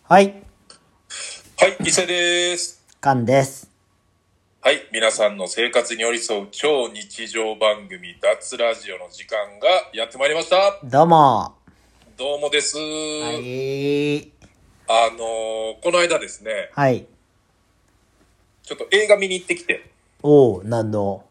はい。 はい、伊勢です。 カンです。 はい、皆さんの生活に寄り添う超日常番組脱ラジオの時間がやってまいりました。 どうも。 どうもです。 はい。 この間ですね、 はい。 ちょっと映画見に行ってきて、 おう、何の？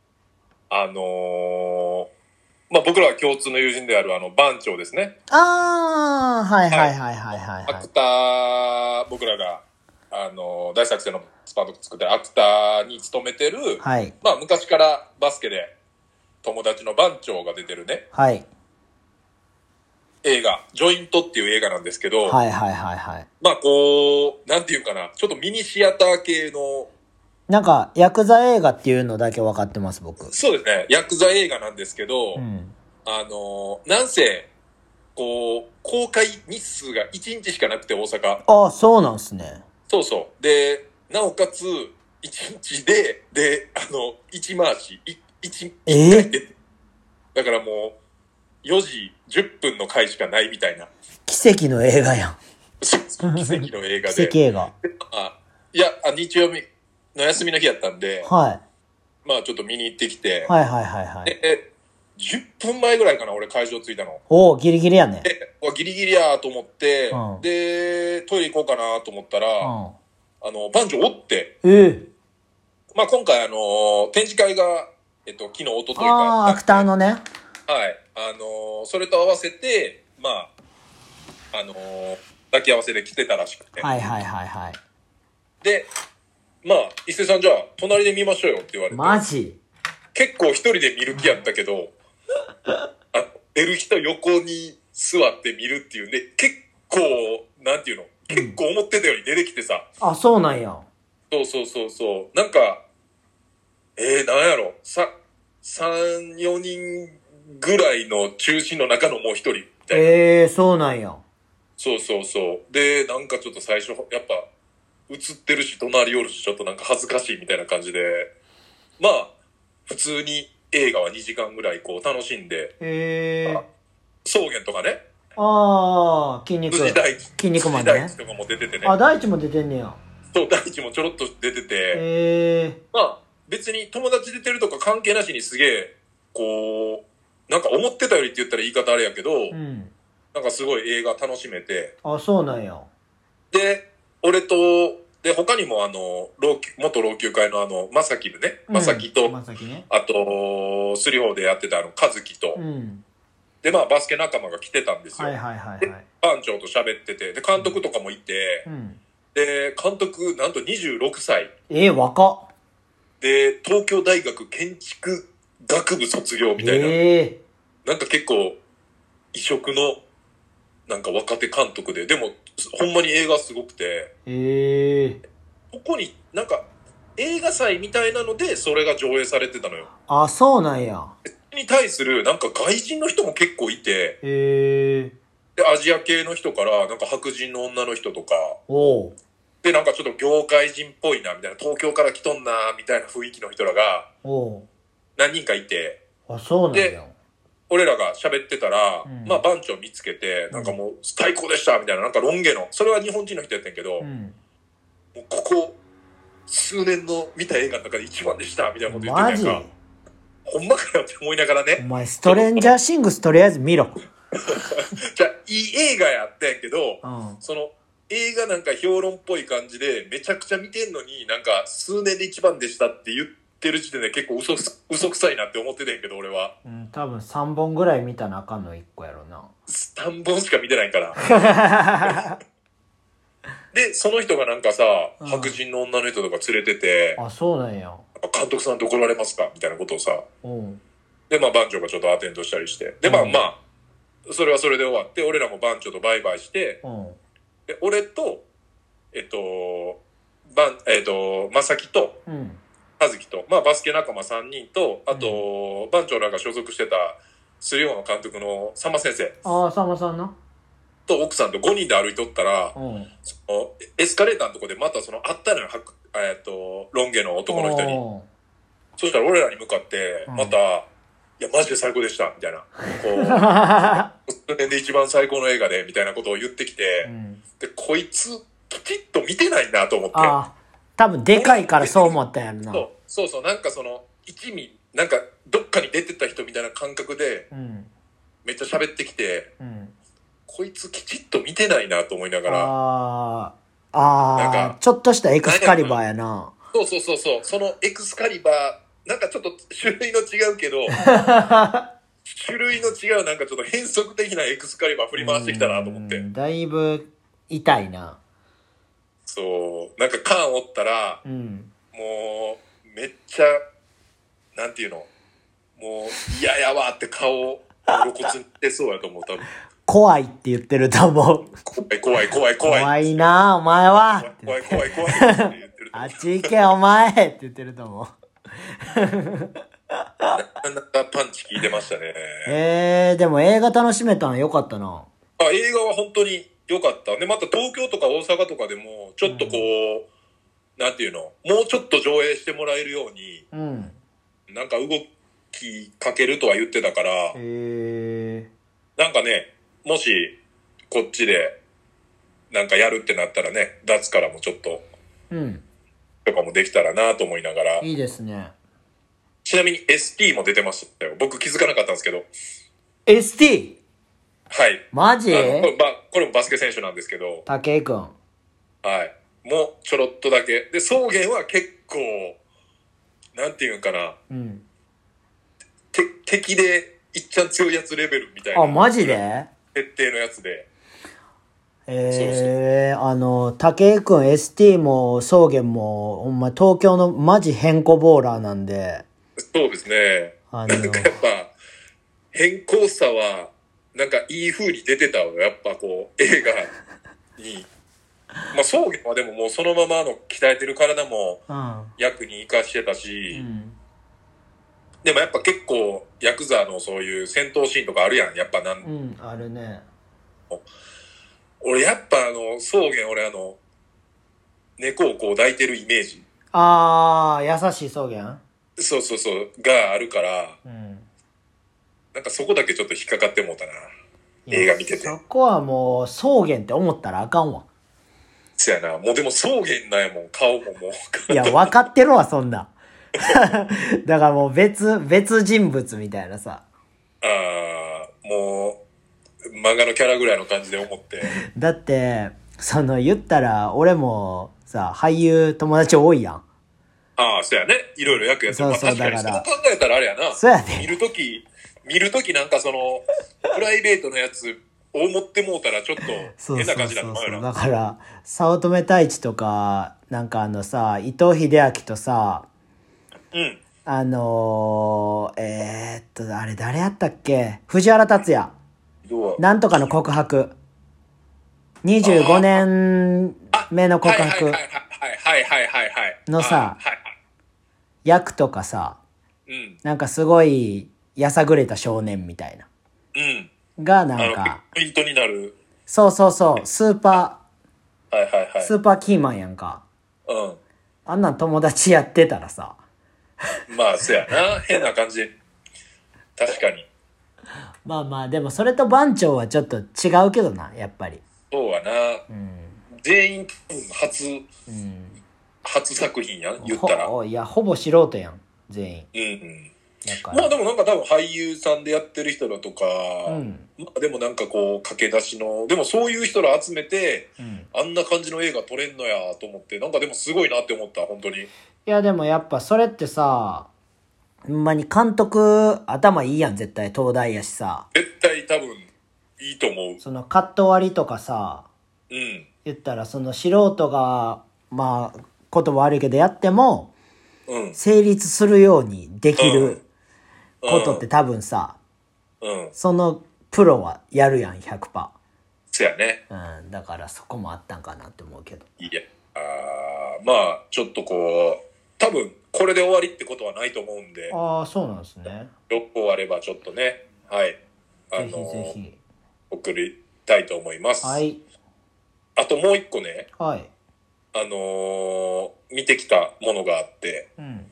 僕らは共通の友人である番長ですね。 あー、はいはいはいはいはい、 アクター、僕らが、大作戦のスパート作ってるアクターに勤めてる、 はい。 昔からバスケで友達の番長が出てるね、 はい。 映画、ジョイントっていう映画なんですけど、 はいはいはいはい。 なんていうかな、ちょっとミニシアター系の、 なんか、ヤクザ映画っていうのだけ分かってます、僕。 そうですね、ヤクザ映画なんですけど、 うん。 なんせ、公開日数が1日しかなくて、大阪。 あ、そうなんすね。 そうそう。で、なおかつ、1日で、1回し、1回で、だからもう、4時10分の回しかないみたいな。 奇跡の映画やん。 奇跡の映画で。 奇跡映画。 日曜日の休みの日やったんで、 はい。 ちょっと見に行ってきて、 はいはいはいはい。 で、10分前ぐらいかな、俺会場着いたの。 おー、ギリギリやね。 で、ギリギリやと思って、 うん、 で、トイレ行こうかなと思ったら、 うん、 番長おって、今回展示会が、昨日、一昨日か。 アクターのね。はい。 それと合わせて、抱き合わせで来てたらしくて。 はいはいはいはい。 で、伊勢さんじゃあ、隣で見ましょうよって言われて。 マジ？ 結構一人で見る気やったけど、出る人横に座って見るっていうね、結構、なんていうの、結構思ってたより出てきてさ。 あ、そうなんや。 そう。なんか、なんやろ、3、4人ぐらいの中心の中のもう一人みたいな。 そうなんや。 そう。で、なんかちょっと最初、やっぱ、映ってるし、隣おるし、ちょっとなんか恥ずかしいみたいな感じで、普通に映画は2時間ぐらい楽しんで、草原とかね。 筋肉。 筋肉マンね。大地とかも出ててね。 あ、大地も出てんねや。 そう、大地もちょろっと出てて、別に友達出てるとか関係なしにすげえ、なんか思ってたよりって言ったら言い方あれやけど、なんかすごい映画楽しめて。 あ、そうなんや。 で、俺と、で、他にも元老朽会のまさきるね。まさきと、ね、あと、スリホーでやってたかずきと、で、バスケ仲間が来てたんですよ。で、番長と喋ってて、で、監督とかもいて、で、監督、なんと26歳。 若っ。 で、東京大学建築学部卒業みたいな。なんか結構、異色の、なんか若手監督で、でも、ほんまに映画すごくて。ここになんか、映画祭みたいなので、それが上映されてたのよ。 あ、そうなんや。 に対する、なんか外人の人も結構いて。で、アジア系の人から、なんか白人の女の人とか。で、なんかちょっと業界人っぽいな、みたいな、東京から来とんな、みたいな雰囲気の人らが、何人かいて。 あ、そうなんや。 で、俺らが喋ってたら、番長見つけて、なんかもう最高でした、みたいな、なんかロン毛の、それは日本人の人やったんやけど、もうここ、数年の見た映画の中で一番でした、みたいなこと言ってたやんか。ほんまかよって思いながらね。 お前、ストレンジャーシングスとりあえず見ろ。 じゃあ、いい映画やったんやけど、その、映画なんか評論っぽい感じで、めちゃくちゃ見てんのに、なんか、数年で一番でしたって言ってる時点で結構嘘くさいなって思ってたんやけど、俺は。 多分3本ぐらい見たなあかんの1個やろな。 3本しか見てないから。で、その人がなんかさ、白人の女の人とか連れてて、 あ、そうなんや。 監督さんと来られますかみたいなことをさ、で、番長がちょっとアテンドしたりして、で、それはそれで終わって、俺らも番長とバイバイして、で、俺と、まさきと、はずきと、バスケ仲間3人と、あと、番長らが所属してた、スリオの監督のさま先生。 ああ、さまさんな。 と奥さんと5人で歩いとったら、そのエスカレーターのとこでまた会ったのよ、ロン毛の男の人に。そしたら俺らに向かって、また、いや、マジで最高でした、みたいな。数年で一番最高の映画で、みたいなことを言ってきて、で、 こいつきちっと見てないなと思って。 ああ、多分でかいからそう思ったんやろな。 そう、なんかその、一味、なんかどっかに出てた人みたいな感覚で、めっちゃ喋ってきて、こいつきちっと見てないなと思いながら。なんかちょっとしたエクスカリバーやな。 そう。そのエクスカリバー、なんかちょっと種類の違うけど、種類の違うなんかちょっと変則的なエクスカリバー振り回してきたなと思って。 だいぶ痛いな。 そう。なんかカーンおったら、もう、めっちゃ、なんていうの、もう、嫌やわって顔、露骨にしてそうやと思う、多分。 怖いって言ってると思う。 怖い。 怖いな、お前は。 怖いって言ってる。 あっち行け、お前って言ってると思う。 なかなかパンチ効いてましたね。 でも映画楽しめたのよかったな。 映画は本当に良かった。で、また東京とか大阪とかでも、ちょっとこう、なんていうの、もうちょっと上映してもらえるように、なんか動きかけるとは言ってたから、なんかね、もし、こっちで、なんかやるってなったらね、脱からもちょっと、とかもできたらなと思いながら。 いいですね。 ちなみに ST も出てましたよ。僕気づかなかったんですけど。 ST？ はい。 マジ？ これもバスケ選手なんですけど。 武井くん。 はい。もうちょろっとだけ。で、草原は結構、なんていうんかな。敵でいっちゃん強いやつレベルみたいな。 あ、マジで？ 設定のやつで。 武井くん ST も草原も、ほんま東京のマジ変更ボーラーなんで。 そうですね。なんかやっぱ、変更さは、なんかいい風に出てたわ。やっぱこう、映画に。まあ、草原はでももうそのままの鍛えてる体も役に活かしてたし、でもやっぱ結構ヤクザのそういう戦闘シーンとかあるやん。やっぱあるね。 俺やっぱ草原俺猫をこう抱いてるイメージ。 優しい草原？ そうがあるから、なんかそこだけちょっと引っかかってもうたな。映画見てて。 そこはもう草原って思ったらあかんわ。 そやな。もうでも草原なんやもん、顔ももう。 いや、分かってるわ、そんな。だからもう別人物みたいなさ。 もう、漫画のキャラぐらいの感じで思って。 だって、言ったら、俺もさ、俳優友達多いやん。 そうやね。いろいろ役やってる。確かにそう考えたらあれやな。 そうやね。 見るときなんかプライベートのやつを持ってもうたらちょっと変な感じになるのよな。 だから、早乙女太一とか、なんか伊藤英明とさ、あれ誰やったっけ？藤原竜也。なんとかの告白。25年目の告白のさ、役とかさ、なんかすごいやさぐれた少年みたいな。がなんか、 ポイントになる。 そう、スーパーキーマンやんか。あんなん友達やってたらさ。 まあ、そうやな。変な感じ。確かに。 まあ、でもそれと番長はちょっと違うけどな、やっぱり。 そうやな。全員初作品やん、言ったら。 いや、ほぼ素人やん、全員。まあでもなんか多分俳優さんでやってる人だとか、まあでもなんかこう駆け出しの、でもそういう人ら集めて、あんな感じの映画撮れんのやと思って、なんかでもすごいなって思った、本当に。いやでもやっぱそれってさ、ほんまに監督頭いいやん、絶対東大やしさ。 絶対多分いいと思う。 カット割りとかさ、言ったら素人が、まあ言葉悪いけどやっても、成立するようにできることって多分さ、そのプロはやるやん、100%。 そやね。 だからそこもあったんかなって思うけど。 いや、まあちょっとこう、多分これで終わりってことはないと思うんで。 そうなんですね。 6個あればちょっとね、はい。 ぜひ。 送りたいと思います。 はい。 あともう一個ね。 はい。 見てきたものがあって。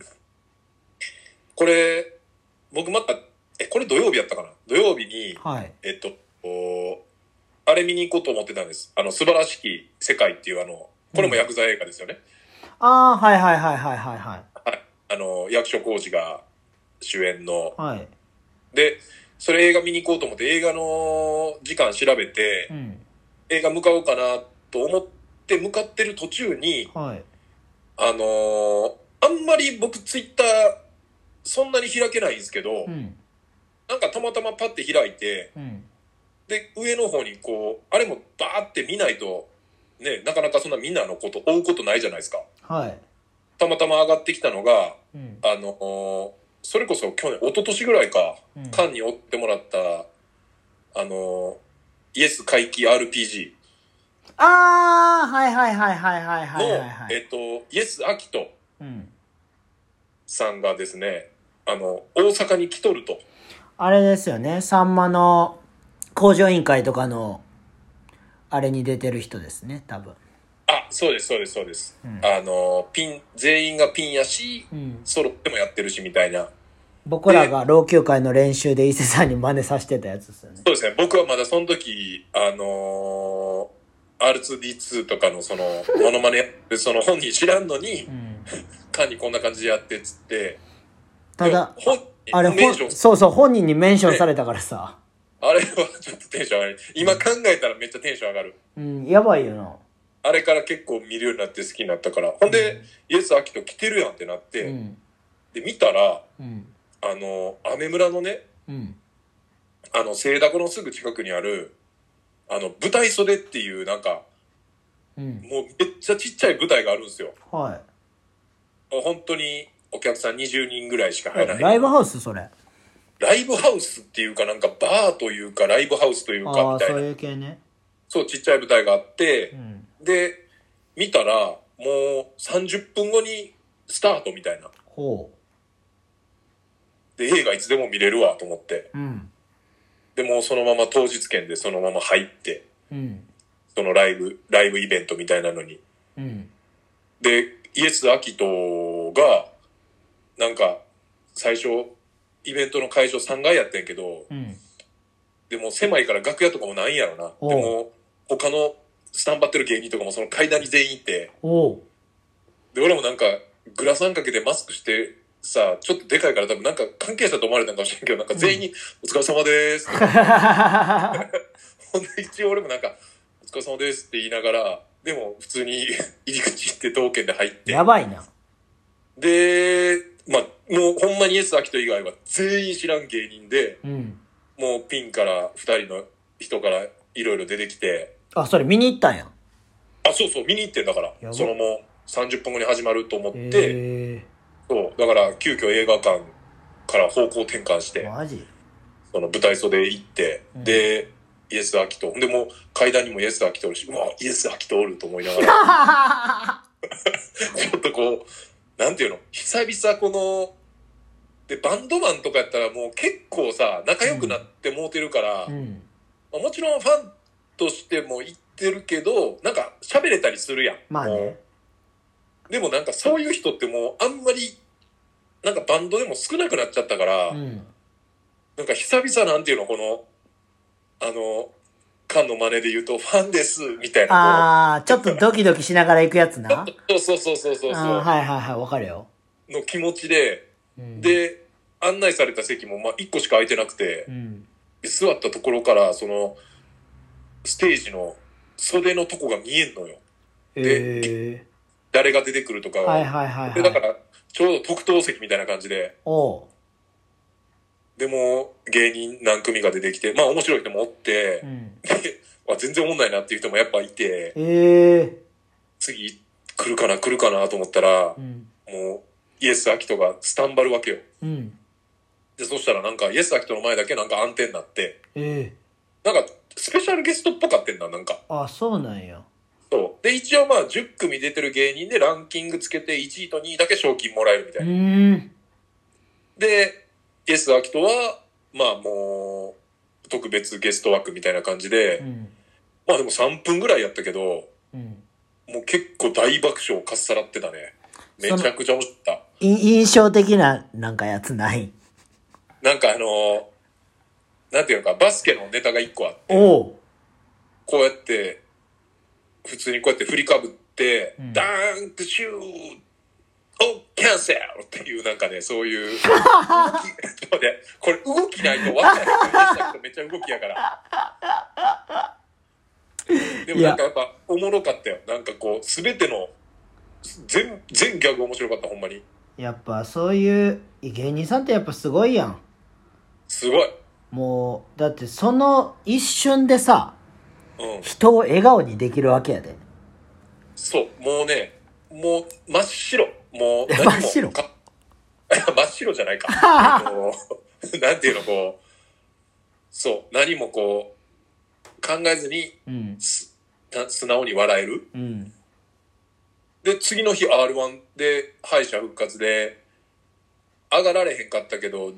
これ、僕また、これ土曜日やったかな？土曜日に、 あれ見に行こうと思ってたんです。素晴らしき世界っていうこれもヤクザ映画ですよね。 ああ、はいはいはいはいはいはい。 はい。役所広司が主演の。 はい。 で、それ映画見に行こうと思って映画の時間調べて、映画向かおうかなと思って向かってる途中に、 はい。 あんまり僕ツイッターそんなに開けないんですけど、なんかたまたまパッて開いて、で、上の方にこう、あれもバーって見ないと、ね、なかなかそんなみんなのこと追うことないじゃないですか。 はい。 たまたま上がってきたのが、それこそ去年、一昨年ぐらいか、カンに追ってもらった、イエス回帰 RPG。 ああ、はいはいはいはいはいはい、はい。 イエス・アキトさんがですね、大阪に来とると。 あれですよね、さんまの工場委員会とかの、あれに出てる人ですね、多分。 あ、そうです、そうです、そうです。全員がピンやし、ソロってもやってるし、みたいな。 僕らが老朽会の練習で伊勢さんに真似させてたやつですよね。 そうですね、僕はまだその時、R2D2 とかのその、モノマネ、その本人知らんのに、カンにこんな感じでやってっつって、 ただ、あれ、そうそう、本人にメンションされたからさ。 あれはちょっとテンション上がる。今考えたらめっちゃテンション上がる。 やばいよな。 あれから結構見るようになって好きになったから。ほんで、イエス・アキト来てるやんってなって、で、見たら、アメ村のね、清田湖のすぐ近くにある、舞台袖っていうなんか、もうめっちゃちっちゃい舞台があるんですよ。 はい。 本当にお客さん20人ぐらいしか入らない。 ライブハウスそれ。 ライブハウスっていうかなんかバーというかライブハウスというかみたいな。 そういう系ね。 そう、ちっちゃい舞台があって、で、見たらもう30分後にスタートみたいな。で、映画いつでも見れるわと思って。でもそのまま当日券でそのまま入って、そのライブイベントみたいなのに。で、イエス・アキトが、なんか、最初、イベントの会場3階やってんけど、でも狭いから楽屋とかもないんやろな。でも、他のスタンバってる芸人とかもその階段に全員いて、で、俺もなんか、グラサンかけてマスクして、さ、ちょっとでかいから多分なんか関係者と思われたんかもしれんけど、なんか全員に、お疲れ様でーす。ほんで一応俺もなんか、お疲れ様ですって言いながら、でも普通に入り口行って同券で入って。 やばいな。 で、まあ、もうほんまにイエス・アキト以外は全員知らん芸人で、もうピンから2人の人からいろいろ出てきて。 あ、それ見に行ったんや。 あ、そうそう、見に行ってんだから。そのもう30分後に始まると思って、そう、だから急遽映画館から方向転換して、 マジ？ その舞台袖行って、で、イエス・アキト。でも階段にもイエス・アキトおるし、うわ、イエス・アキトおると思いながら。ちょっとこう、なんていうの、久々この、で、バンドマンとかやったらもう結構さ、仲良くなってもうてるから、まあ、もちろんファンとしても言ってるけど、なんか喋れたりするやん。 まあね。 でもなんかそういう人ってもうあんまり、なんかバンドでも少なくなっちゃったから、なんか久々なんていうの、この、カンの真似で言うと、ファンです、みたいな。 ああ、ちょっとドキドキしながら行くやつな。 そう。 はいはいはい、わかるよ。 の気持ちで、で、案内された席もまあ1個しか空いてなくて、座ったところから、その、ステージの袖のとこが見えんのよ。で、誰が出てくるとかは。で、だから、ちょうど特等席みたいな感じで。でも、芸人何組が出てきて、まあ面白い人もおって、で、全然おもんないなっていう人もやっぱいて、次来るかなと思ったら、もう、イエス・アキトがスタンバるわけよ。で、そしたらなんか、イエス・アキトの前だけなんか暗転になって、なんか、スペシャルゲストっぽかってんだ、なんか。 あ、そうなんや。 そう。で、一応まあ、10組出てる芸人でランキングつけて、1位と2位だけ賞金もらえるみたいな。で、イエス・アキトは、まあもう、特別ゲスト枠みたいな感じで、まあでも3分ぐらいやったけど、もう結構大爆笑かっさらってたね。めちゃくちゃ面白かった。 印象的ななんかやつない？ なんかなんていうのか、バスケのネタが1個あって、ここうやって、普通にこうやって振りかぶって、ダンクシューキャンセルっていうなんかね、そういう動き、これ動きないと分からない。めっちゃ動きやから。でもなんかやっぱおもろかったよ。なんかこう、すべての、全ギャグ面白かった、ほんまに。 やっぱそういう芸人さんってやっぱすごいやん。 すごい。 もう、だってその一瞬でさ、人を笑顔にできるわけやで。 そう、もうね、もう真っ白。もう真っ白真っ白じゃないか。なんていうの、こう、そう、何もこう、考えずに、素直に笑える。で、次の日 R1 で敗者復活で、上がられへんかったけど、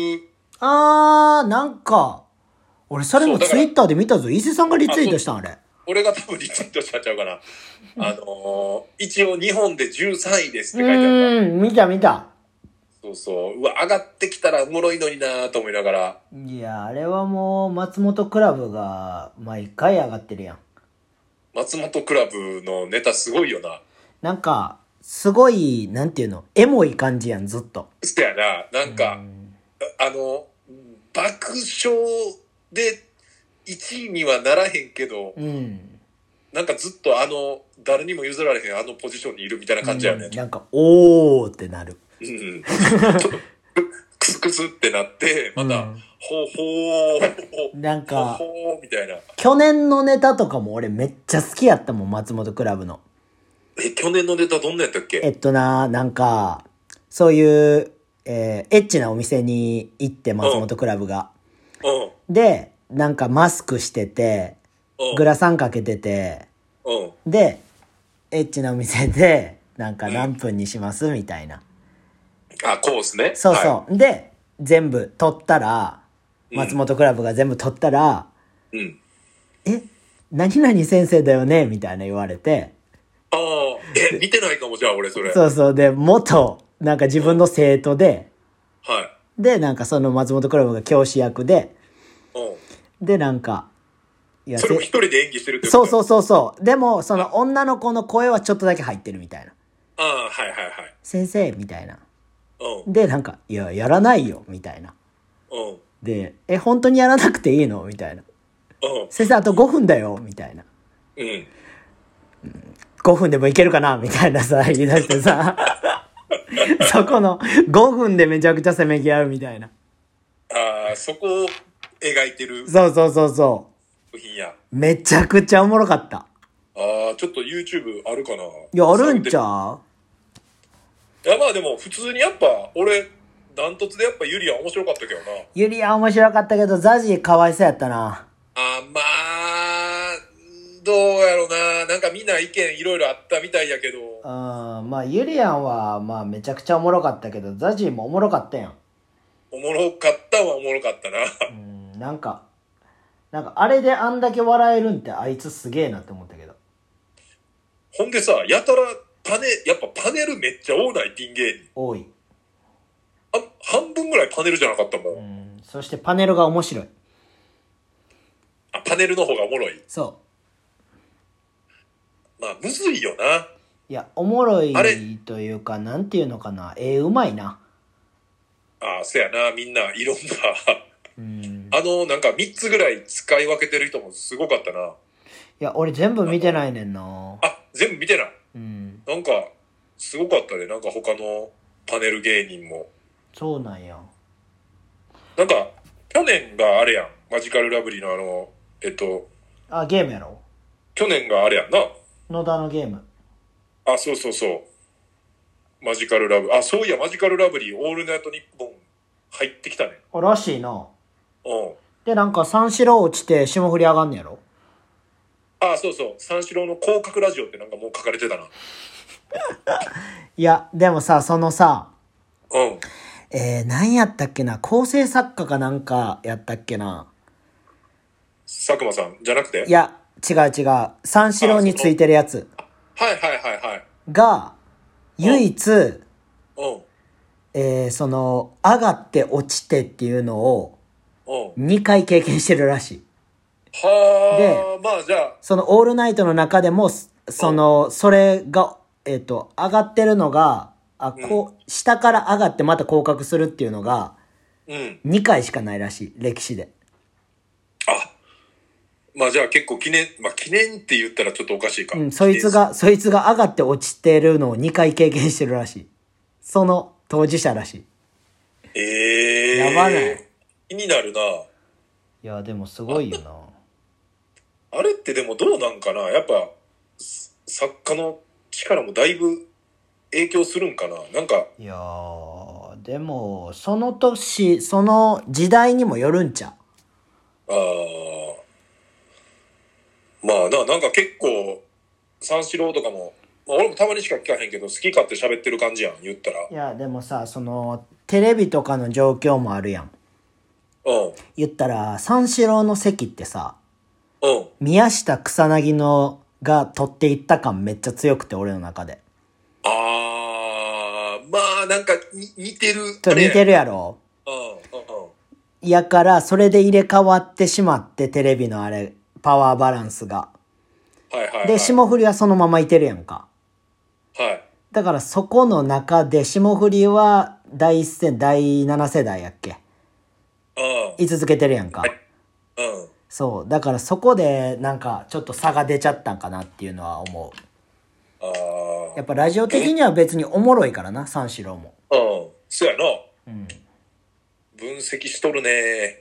なんか、俺それもツイッターで見たぞ。伊勢さんがリツイートしたんあれ。 俺が多分リツイートしちゃうかな。一応日本で13位ですって書いてあった。 見た。 そうそう。うわ、上がってきたらおもろいのになーと思いながら。 いや、あれはもう松本クラブが毎回上がってるやん。 松本クラブのネタすごいよな。 なんか、すごい、なんていうの、エモい感じやん、ずっと。 そやな。なんか、爆笑で1位にはならへんけど、なんかずっと誰にも譲られへんポジションにいるみたいな感じやね。 なんか、おーってなる。 ちょっと、クスクスってなって、また、ほー、 なんか、 ほーみたいな。 去年のネタとかも俺めっちゃ好きやったもん、松本クラブの。 去年のネタどんなやったっけ？ なんか、そういう、エッチなお店に行って松本クラブが。で、なんかマスクしてて、グラサンかけてて、で、エッチなお店で、なんか何分にしますみたいな。 コースね。 そうそう。で、全部取ったら、松本クラブが全部取ったら、何々先生だよねみたいな言われて。 見てないかも、じゃあ俺それ。 そうそう。で、なんか自分の生徒で、で、なんかその松本クラブが教師役で、で、なんか、 それも一人で演技してるってこと？そう。でも、その女の子の声はちょっとだけ入ってるみたいな。先生みたいな。で、なんか、いや、やらないよ、みたいな。で、本当にやらなくていいのみたいな。先生、あと5分だよ、みたいな。5分でもいけるかなみたいなさ、言い出してさ。そこの5分でめちゃくちゃせめぎ合うみたいな。 そこを描いてる。 そう。作品や。 めちゃくちゃおもろかった。 ちょっと YouTube あるかな？いや、あるんちゃう？ いや、まあでも普通にやっぱ、俺、ダントツでやっぱユリア面白かったけどな。 ユリア面白かったけど、ザジーかわいそうやったな。 まあ、どうやろうな。なんかみんな意見いろいろあったみたいやけど。 まあユリアンは、まあめちゃくちゃおもろかったけど、ザジーもおもろかったやん。 おもろかったはおもろかったな。 なんかあれであんだけ笑えるんってあいつすげえなって思ったけど。 ほんでさ、やたらやっぱパネルめっちゃ多ないピン芸人。 多い。 半分ぐらいパネルじゃなかったもん。 そしてパネルが面白い。 パネルの方がおもろい。 そう。 まあ、むずいよな。 いや、おもろいというか、なんていうのかな。うまいな。 そやな。みんないろんな。なんか3つぐらい使い分けてる人もすごかったな。いや、俺全部見てないねんな。 全部見てない。なんか、すごかったね。なんか他のパネル芸人も。 そうなんや。 なんか、去年があれやん。マジカルラブリーのゲームやろ？ 去年があれやんな。 野田のゲーム。 そう。マジカルラブ。そういや、マジカルラブリー、オールナイトニッポン入ってきたね。 らしいな。で、なんか三四郎落ちて霜降り上がんねやろ？ そう。三四郎の広角ラジオってなんかもう書かれてたな。 いや、でもさ、そのさ、何やったっけな、構成作家かなんかやったっけな。 佐久間さんじゃなくて？ いや、違う。三四郎についてるやつ。 はい。 が、唯一、その、上がって落ちてっていうのを、2回経験してるらしい。 はあ、まあじゃあ。 そのオールナイトの中でも、それが、上がってるのが、下から上がってまた降格するっていうのが、2回しかないらしい、歴史で。 あ、まあじゃあ結構記念って言ったらちょっとおかしいか。 そいつが上がって落ちてるのを2回経験してるらしい。その当事者らしい。やばない。 気になるな。いや、でもすごいよな。 あれってでもどうなんかな、やっぱ、作家の力もだいぶ影響するんかな、なんか。 いやー、でも、その年、その時代にもよるんちゃう。 まあなんか結構、三四郎とかも、まあ、俺もたまにしか聞かへんけど、好き勝手喋ってる感じやん、言ったら。 いや、でもさ、テレビとかの状況もあるやん。言ったら、三四郎の席ってさ、宮下草薙のが取っていった感めっちゃ強くて、俺の中で。 まあなんか似てる。 似てるやろ。やから、それで入れ替わってしまって、テレビのパワーバランスが。で、霜降りはそのままいてるやんか。だからそこの中で、霜降りは第7世代やっけ。居続けてるやんか。そう。だからそこで、なんか、ちょっと差が出ちゃったんかなっていうのは思う。やっぱラジオ的には別におもろいからな、三四郎も。 そうやな。分析しとるね。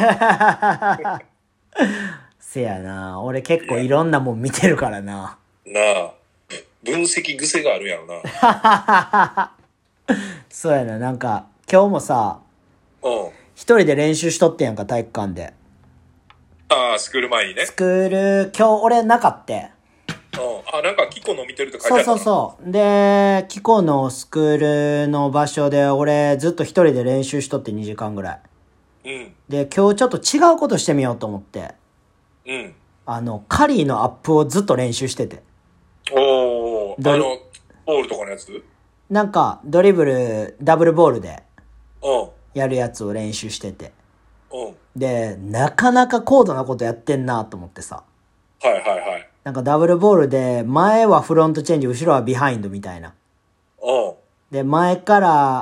せやな。俺結構いろんなもん見てるからな。 なあ。分析癖があるやろな。 そうやな。なんか、今日もさ、一人で練習しとってんやんか、体育館で。 スクール前にね。 スクール、今日俺なかって。 なんかキコの見てるって書いてあった。 そう。で、キコのスクールの場所で俺ずっと一人で練習しとって2時間ぐらい。で、今日ちょっと違うことしてみようと思って。カリーのアップをずっと練習してて。 ボールとかのやつ？ なんか、ドリブル、ダブルボールで、やるやつを練習してて。で、なかなか高度なことやってんなと思ってさ。なんかダブルボールで、前はフロントチェンジ、後ろはビハインドみたいな。で、前から、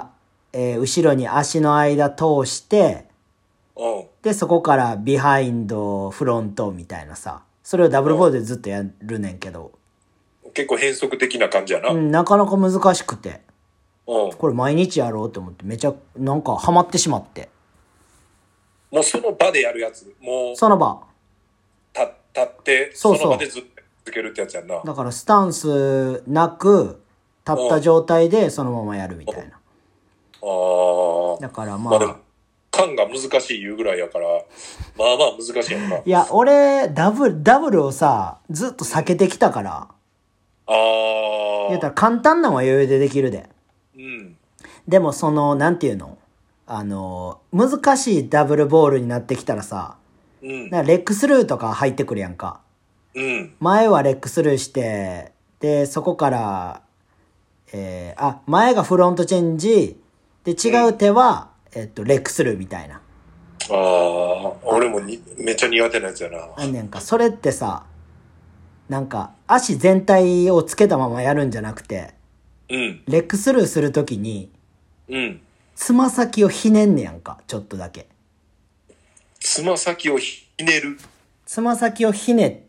後ろに足の間通して、で、そこからビハインド、フロントみたいなさ。それをダブルボールでずっとやるねんけど。 結構変則的な感じやな。 なかなか難しくて。これ毎日やろうと思って、めちゃ、なんかハマってしまって。 もうその場でやるやつ。もう。 その場。 立って、その場でずっと続けるってやつやんな。 だからスタンスなく、立った状態でそのままやるみたいな。だからまあ。 でも、感が難しい言うぐらいやから、まあまあ難しいやんな。 いや、俺、ダブルをさ、ずっと避けてきたから。言ったら簡単なのは余裕でできるで。でもなんていうの？難しいダブルボールになってきたらさ、レックスルーとか入ってくるやんか。前はレックスルーして、で、そこから、前がフロントチェンジ、で、違う手は、レックスルーみたいな。 俺もめっちゃ苦手なやつやな。 なんか、それってさ、なんか、足全体をつけたままやるんじゃなくて、レックスルーするときに、つま先をひねんねやんか、ちょっとだけ。 つま先をひねる？ つま先をひねって、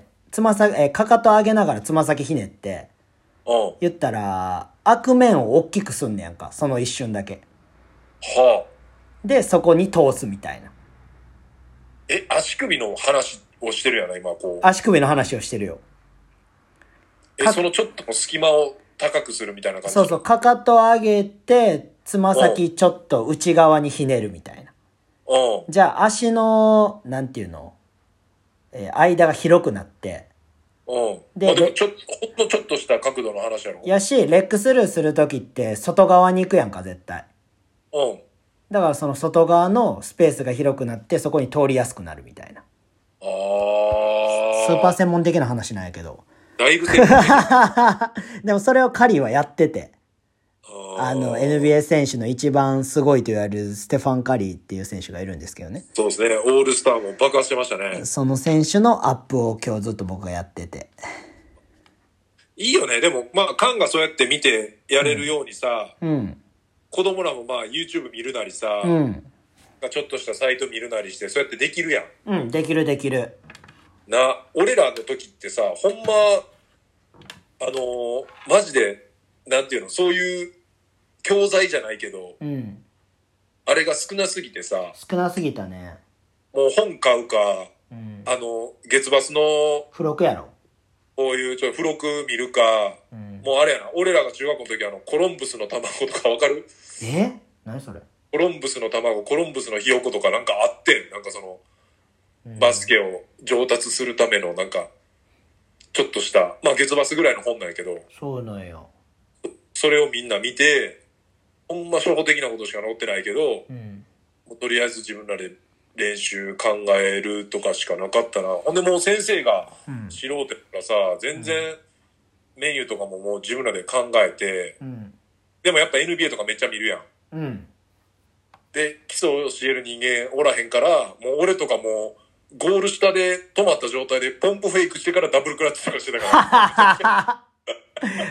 かかと上げながらつま先ひねって、言ったら、悪面を大きくすんねやんか、その一瞬だけ。で、そこに通すみたいな。 足首の話をしてるやな、今こう。 足首の話をしてるよ。 そのちょっとの隙間を高くするみたいな感じ？ そう、かかと上げて、つま先ちょっと内側にひねるみたいな。じゃあ足の、なんていうの、間が広くなって、 でもほんのちょっとした角度の話やろ。 やし、レックスルーするときって外側に行くやんか、絶対。だからその外側のスペースが広くなって、そこに通りやすくなるみたいな。スーパー専門的な話なんやけど。 だいぶ専門的。 でもそれをカリーはやってて。 NBA 選手の一番すごいと言われるステファン・カリーっていう選手がいるんですけどね。 そうですね。オールスターも爆破してましたね。 その選手のアップを今日ずっと僕がやってて。 いいよね。でも、まあ、カンがそうやって見てやれるようにさ、 うん。 子供らもまあ、YouTube 見るなりさ、 うん。 ちょっとしたサイト見るなりして、そうやってできるやん。 うん、できるできる。 俺らの時ってさ、ほんま、マジで、なんていうの、そういう教材じゃないけど、 うん。 あれが少なすぎてさ、 少なすぎたね。 もう本買うか、 うん、 月バスの、 付録やろ。 こういう付録見るか、うん、もうあれやな、俺らが中学校の時コロンブスの卵とかわかる？ 何それ？ コロンブスの卵、コロンブスのひよことかなんかあってん。なんかその、バスケを上達するためのなんか、ちょっとした、まあ月バスぐらいの本なんやけど。 そうなんや。 それをみんな見て、ほんま初歩的なことしか載ってないけど、 うん、 もうとりあえず自分らで練習考えるとかしかなかったな。ほんでもう先生が素人とかさ、全然メニューとかももう自分らで考えて、うん、でもやっぱ NBA とかめっちゃ見るやん。 うん、 で、基礎を教える人間おらへんから、もう俺とかもゴール下で止まった状態でポンプフェイクしてからダブルクラッチとかしてたから。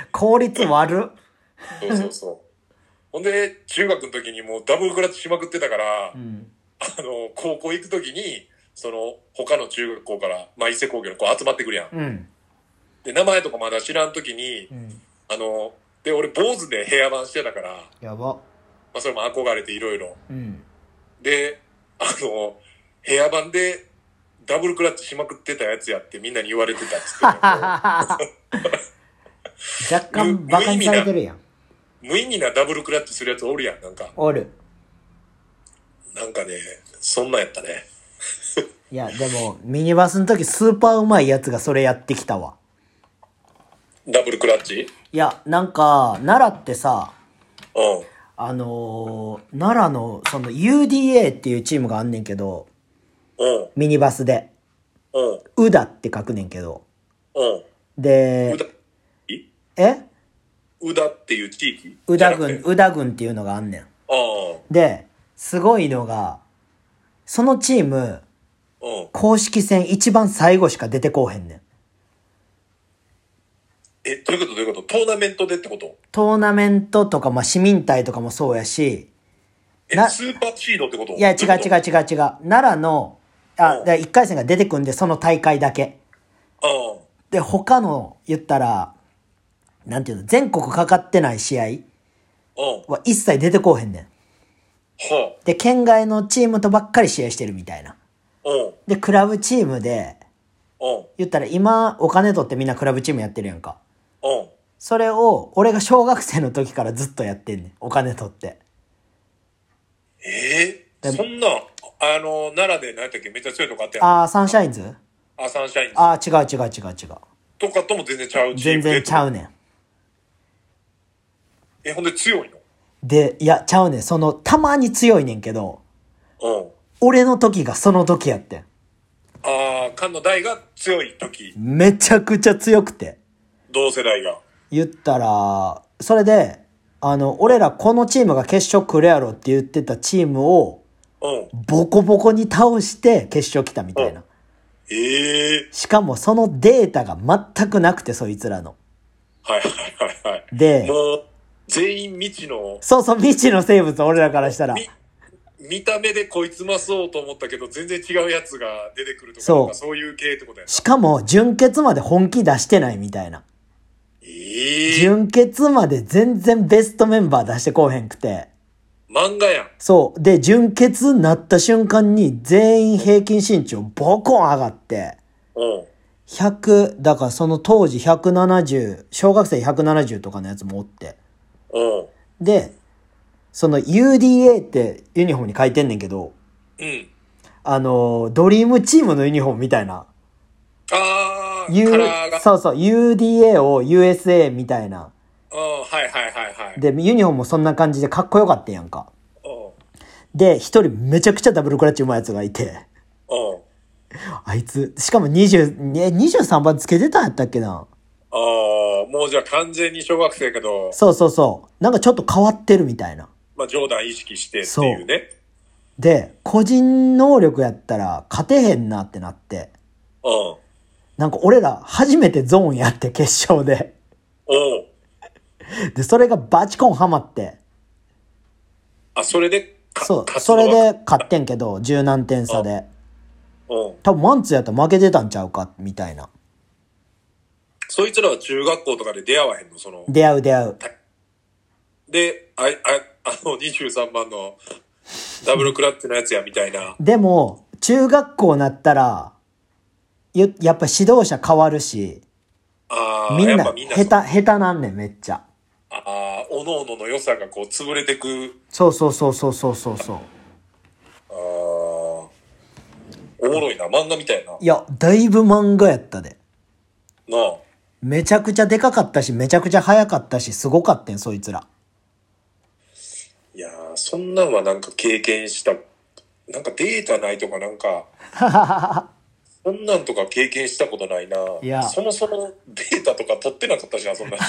効率悪っ。 そうそうそう。ほんで、中学の時にもうダブルクラッチしまくってたから、うん、高校行く時に、他の中学校から、まあ、伊勢工業の子集まってくるやん。うん、で、名前とかまだ知らん時に、うん、で、俺、坊主でヘアバンしてたから、 やば。 まあ、それも憧れていろいろ。で、ヘアバンでダブルクラッチしまくってたやつやってみんなに言われてたっつって。 若干バカにされてるやん。 無意味なダブルクラッチするやつおるやん、なんか。 おる。 なんかね、そんなんやったね。 いや、でも、ミニバスの時スーパーうまいやつがそれやってきたわ。 ダブルクラッチ？ いや、なんか、奈良ってさ、 うん。 奈良の、UDA っていうチームがあんねんけど、 うん。 ミニバスで。 うん。 うだって書くねんけど。 うん。 で、 宇田っていう地域？ 宇田郡っていうのがあんねん。で、すごいのが、そのチーム、公式戦一番最後しか出てこうへんねん。 どういうことトーナメントでってこと？ トーナメントとか、まあ、市民隊とかもそうやし、 スーパーシードってこと？ いや、違う。奈良の、1回戦が出てくんで、その大会だけ。で、他の、言ったら、なんていうの、全国かかってない試合は一切出てこうへんねん。で、県外のチームとばっかり試合してるみたいな。で、クラブチームで、言ったら今、お金取ってみんなクラブチームやってるやんか。それを、俺が小学生の時からずっとやってんねん。お金取って。 そんな、奈良で何やったっけめっちゃ強いとこあったやん。 サンシャインズ？ サンシャインズ。 違う。 とかとも全然ちゃうチーム。 全然ちゃうねん。ほんで強いの？ で、いや、ちゃうねん。たまに強いねんけど、俺の時がその時やってん。 菅野大が強い時。 めちゃくちゃ強くて。 同世代が。 言ったら、それで、俺らこのチームが決勝来るやろって言ってたチームを、ボコボコに倒して決勝来たみたいな。しかもそのデータが全くなくて、そいつらの。 はい。 で、 もう、全員未知の。 そう、未知の生物、俺らからしたら。 見た目でこいつまそうと思ったけど、全然違うやつが出てくるとか、そういう系ってことやな。 しかも、準決まで本気出してないみたいな。準決まで全然ベストメンバー出してこうへんくて。 漫画やん。 そう。で、準決になった瞬間に全員平均身長ボコン上がって、だからその当時170、小学生170とかのやつもおって。で、その UDA ってユニフォームに書いてんねんけど、ドリームチームのユニフォームみたいな。 カラーが。 そう、UDA を USA みたいな。 はい。 で、ユニフォームもそんな感じでかっこよかったやんか。で、一人めちゃくちゃダブルクラッチうまいやつがいて。あいつ、しかも23番つけてたんやったっけな。 まもうじゃあ完全に小学生やけど。 そうそうそう。なんかちょっと変わってるみたいな。 まあ、ジョーダン意識してっていうね。 で、個人能力やったら勝てへんなってなって。 うん。 なんか俺ら初めてゾーンやって決勝で。 おう。 で、それがバチコンハマって。 あ、それでそう、それで勝ってんけど、十何点差で。 うん。 多分マンツーやったら負けてたんちゃうか、みたいな。 そいつらは中学校とかで出会わへんのその。 出会う。 で、23番のダブルクラッチのやつや、みたいな。 でも、中学校になったら、やっぱ指導者変わるし、みんな下手なんねん、めっちゃ。 おのおのの良さがこう潰れてく。 そう。 おもろいな、漫画みたいな。 いや、だいぶ漫画やったで。 なあ。 めちゃくちゃでかかったし、めちゃくちゃ速かったし、すごかったん、そいつら。 いやー、そんなんはなんか経験した、なんかデータないとかなんか、そんなんとか経験したことないな。いや。そもそもデータとか取ってなかったじゃん、そんな。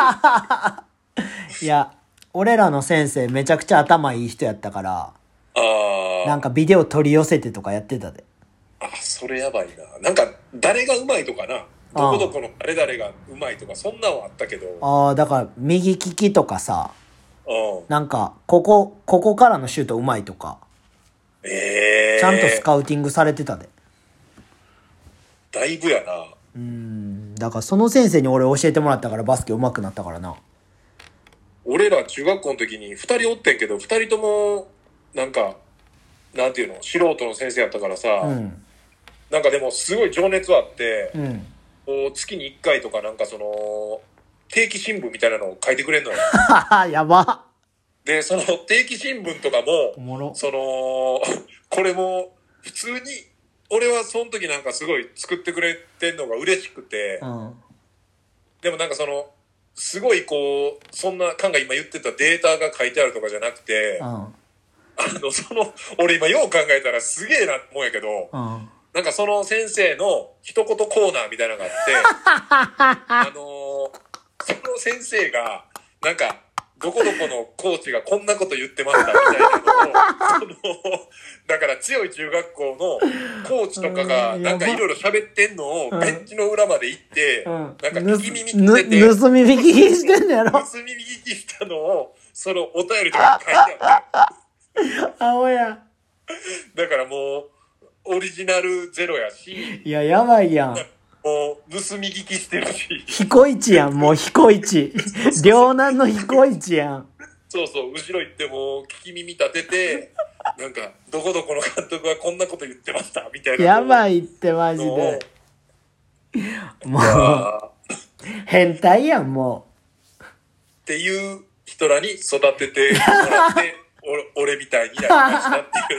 いや、俺らの先生めちゃくちゃ頭いい人やったから、なんかビデオ取り寄せてとかやってたで。 それやばいな。なんか、誰がうまいとかな。どこどこの誰々がうまいとか、そんなんはあったけど。 だから、右利きとかさ、なんか、ここからのシュートうまいとか。ちゃんとスカウティングされてたで。 だいぶやな。 だからその先生に俺教えてもらったからバスケ上手くなったからな。 俺ら中学校の時に2人おってんけど、2人とも、なんか、なんていうの、素人の先生やったからさ、なんかでもすごい情熱あって、こう月に1回とかなんかその、定期新聞みたいなのを書いてくれんのよ。 やば。 で、その定期新聞とかも、その、これも普通に、俺はその時なんかすごい作ってくれてんのが嬉しくて、でもなんかその、すごいこう、そんな、カンが今言ってたデータが書いてあるとかじゃなくて、その、俺今よう考えたらすげえなもんやけど、なんかその先生の一言コーナーみたいなのがあって、その先生が、なんか、どこどこのコーチがこんなこと言ってましたみたいなのを、だから強い中学校のコーチとかがなんかいろいろ喋ってんのをベンチの裏まで行って、なんか聞き耳聞いてて、 盗み聞きしてんのやろ。 盗み聞きしたのを、そのお便りとかに書いてあって。青や。 だからもう、オリジナルゼロやし。 いや、やばいやん。 もう、盗み聞きしてるし。 彦一やん、もう彦一。両南の彦一やん。 そう、後ろ行っても、聞き耳立てて、なんか、どこどこの監督はこんなこと言ってました、みたいな。 やばいって、マジで。もう、変態やん、もう。っていう人らに育ててもらって、俺みたいになりましたっていう。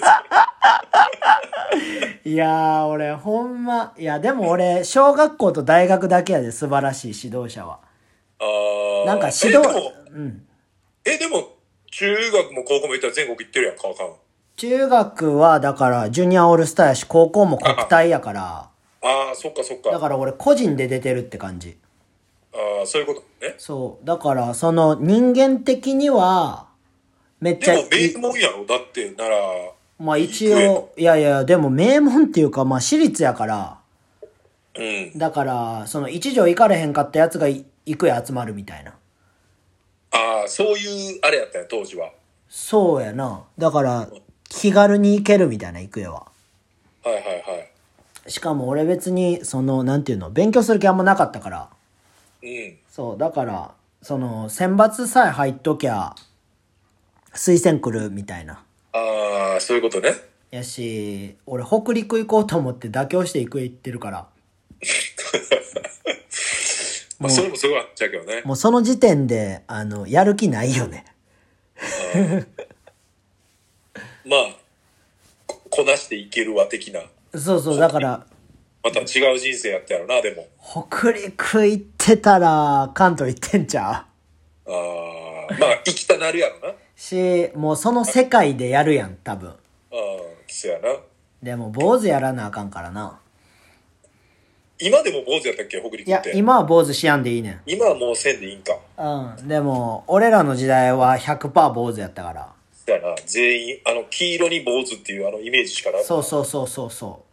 いやー、俺、ほんま、いや、でも俺、小学校と大学だけやで、素晴らしい指導者は。なんか指導、 でも、中学も高校も言ったら全国行ってるやんか、 中学は、だから、ジュニアオールスターやし、高校も国体やから。 そっか。 だから俺、個人で出てるって感じ。 そういうことね。 そう。だから、その、人間的には、めっちゃ。 でも、名門やろだって、なら。 まあ一応、いや、でも名門っていうか、まあ私立やから。だから、その一条行かれへんかったやつが行くや集まるみたいな。 そういう、あれやったよ、当時は。 そうやな。だから、気軽に行けるみたいな、行くやは。しかも俺別に、その、なんていうの、勉強する気あんまなかったから。そう、だから、その、選抜さえ入っときゃ、推薦来るみたいな。 そういうことね。 やし、俺北陸行こうと思って妥協して行ってるから。 まあそれもすごいあっちゃうけどね。 もうその時点で、やる気ないよね。 まあ、こなしていけるわ的な。 そう、だから。 また違う人生やったやろな、でも。 北陸行ってたら、関東行ってんちゃう？ まあ、行きたなるやろな。 もうその世界でやるやん、多分。 そうやな。 でも、坊主やらなあかんからな。 今でも坊主やったっけ、北陸って。 いや、今は坊主しやんでいいねん。 今はもうせんでいいんか。 うん。でも、俺らの時代は 100% 坊主やったから。 だよな、全員、黄色に坊主っていうイメージしかない。 そうそうそうそうそう。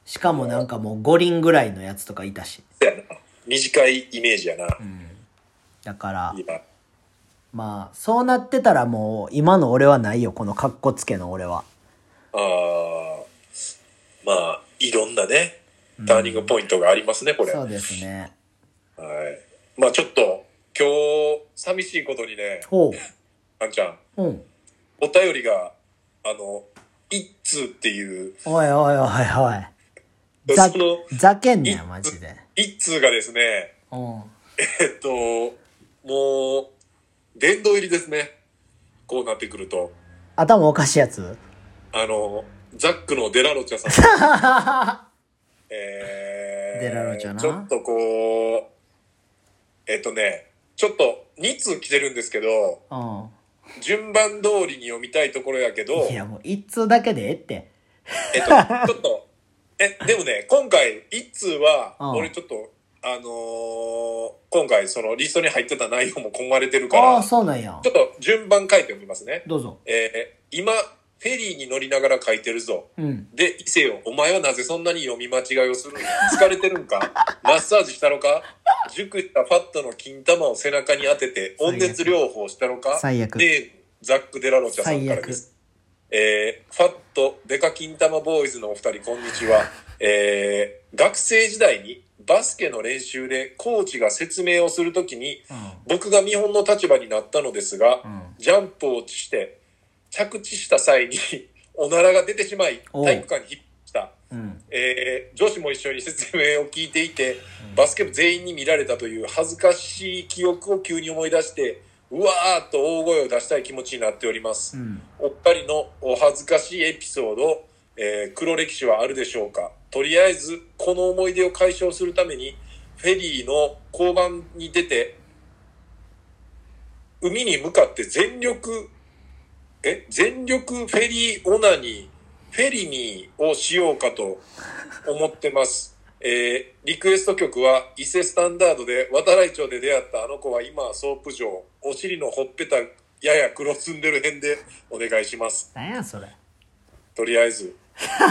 しかもなんかもう5輪ぐらいのやつとかいたし。 そうやな。短いイメージやな。うん。 だから、まあ、そうなってたらもう、今の俺はないよ、このカッコつけの俺は。 ああ、まあ、いろんなね、ターニングポイントがありますね、これ。 そうですね。 はい。まあちょっと、今日、寂しいことにね、あんちゃん、お便りが、一通っていう。 おいおいおいおい。ざけんねや、マジで。 一通がですね、もう、殿堂入りですね。こうなってくると。 頭おかしいやつ？ ザックのデラロチャさん。 デラロチャな。 ちょっとこう、ちょっと2通来てるんですけど、順番通りに読みたいところやけど。 いや、もう1通だけでええって。 ちょっと、でもね、今回1通は、俺ちょっと、今回そのリストに入ってた内容も込まれてるから、 ああ、そうなんや。 ちょっと順番書いて読みますね。 どうぞ。 今、フェリーに乗りながら書いてるぞ。うん、で、伊勢よ、お前はなぜそんなに読み間違いをするの？疲れてるんか？マッサージしたのか？熟したファットの金玉を背中に当てて温熱療法したのか？ 最悪。 で、ザック・デラロチャさんからです。ファット、デカ金玉ボーイズのお二人、こんにちは。学生時代にバスケの練習でコーチが説明をするときに、僕が見本の立場になったのですが、ジャンプをして着地した際におならが出てしまい体育館に引っした、女子も一緒に説明を聞いていて、バスケ部全員に見られたという恥ずかしい記憶を急に思い出して、うわーっと大声を出したい気持ちになっております。お二人のお恥ずかしいエピソード、黒歴史はあるでしょうか？とりあえずこの思い出を解消するためにフェリーの交番に出て海に向かって全力フェリーオナニーフェリニーをしようかと思ってます。リクエスト曲は伊勢スタンダードで渡来町で出会ったあの子は今はソープ場、お尻のほっぺたやや黒ずんでる辺でお願いします。 何やそれ。 とりあえず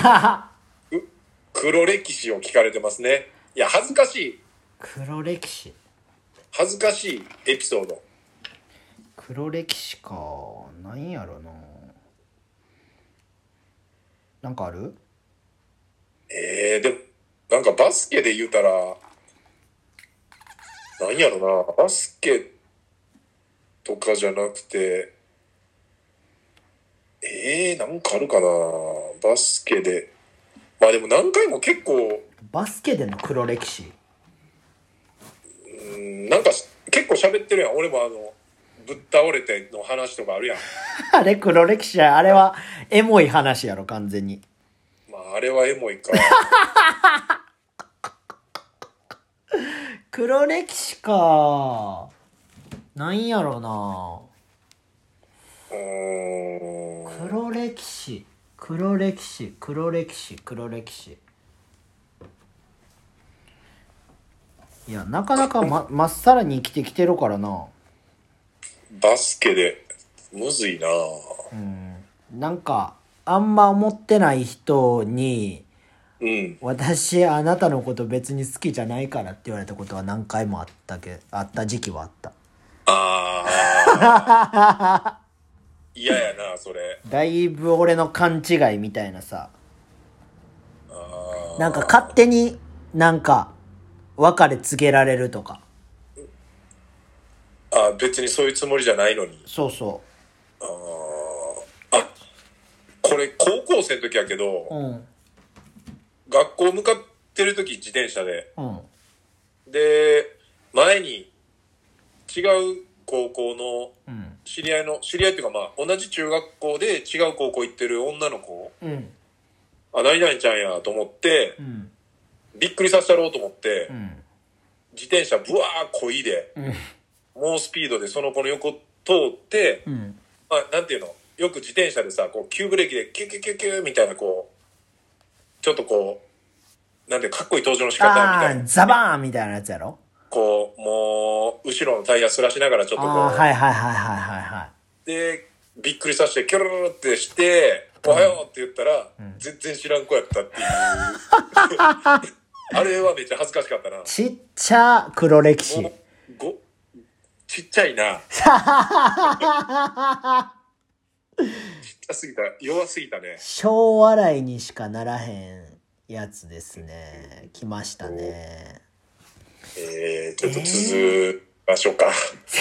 黒歴史を聞かれてますね。いや、恥ずかしい。 黒歴史。 恥ずかしいエピソード。 黒歴史か。何やろな。なんかある？ でも、なんかバスケで言うたら、何やろな。バスケとかじゃなくて、なんかあるかな。バスケで。まあでも何回も結構バスケでの黒歴史なんか結構喋ってるやん。俺もぶっ倒れての話とかあるやん。 あれ黒歴史や。あれはエモい話やろ完全に。 まああれはエモいか。 黒歴史か。なんやろな。黒歴史。いや、なかなかまっさらに生きてきてるからな。 バスケで、むずいな。 なんか、あんま思ってない人に、私、あなたのこと別に好きじゃないからって言われたことは何回もあった時期はあった。 嫌やなそれ。 だいぶ俺の勘違いみたいなさ、なんか勝手になんか別れ告げられるとか。 別にそういうつもりじゃないのに。 そうそう。 これ高校生の時やけど、学校向かってる時自転車で、で前に違う高校の知り合いっていうか、まあ同じ中学校で違う高校行ってる女の子、何々ちゃんやと思って、びっくりさせたろうと思って、自転車ブワーこいで、猛スピードでその子の横通って、なんていうの、よく自転車でさ、こう急ブレーキでキュキュキュキュみたいな、こうちょっとこうなんでかっこいい登場の仕方みたいな。 ザバーンみたいなやつやろ。 こう、もう、後ろのタイヤすらしながらちょっとこう。 はいはいはいはいはいはい。 で、びっくりさせて、キョロロロってして、おはようって言ったら、全然知らん子やったっていう。あれはめっちゃ恥ずかしかったな。 ちっちゃ黒歴史。 ちっちゃいな。ちっちゃすぎた。弱すぎたね。 小笑いにしかならへんやつですね。来ましたね。 ちょっと続ましょうか。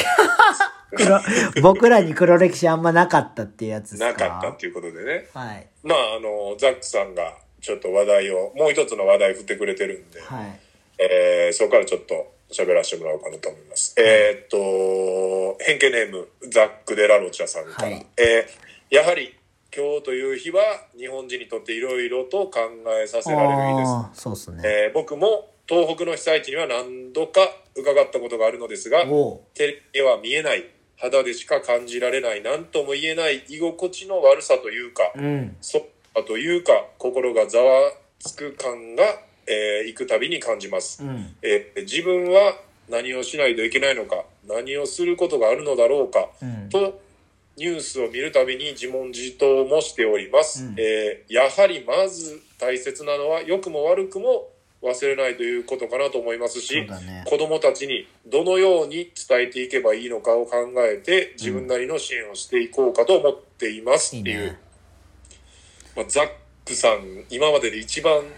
僕らに黒歴史あんまなかったっていうやつですか？ なかったっていうことでね。 はい。 まあ、ザックさんがちょっと話題を、もう一つの話題振ってくれてるんで、 はい。 そこからちょっと喋らせてもらおうかなと思います。偏見ネーム、ザック・デ・ラロチャさんから。はい、やはり、今日という日は日本人にとっていろいろと考えさせられる日です。 そうですね。 僕も東北の被災地には何度か伺ったことがあるのですが、テレビでは見えない、肌でしか感じられない、何とも言えない居心地の悪さというか、そっかというか、心がざわつく感が、行くたびに感じます、自分は何をしないといけないのか、何をすることがあるのだろうか、とニュースを見るたびに自問自答もしております、やはりまず大切なのは良くも悪くも忘れないということかなと思いますし、子供たちにどのように伝えていけばいいのかを考えて自分なりの支援をしていこうかと思っていますっていう、まあ、ザックさん今までで一番、ね、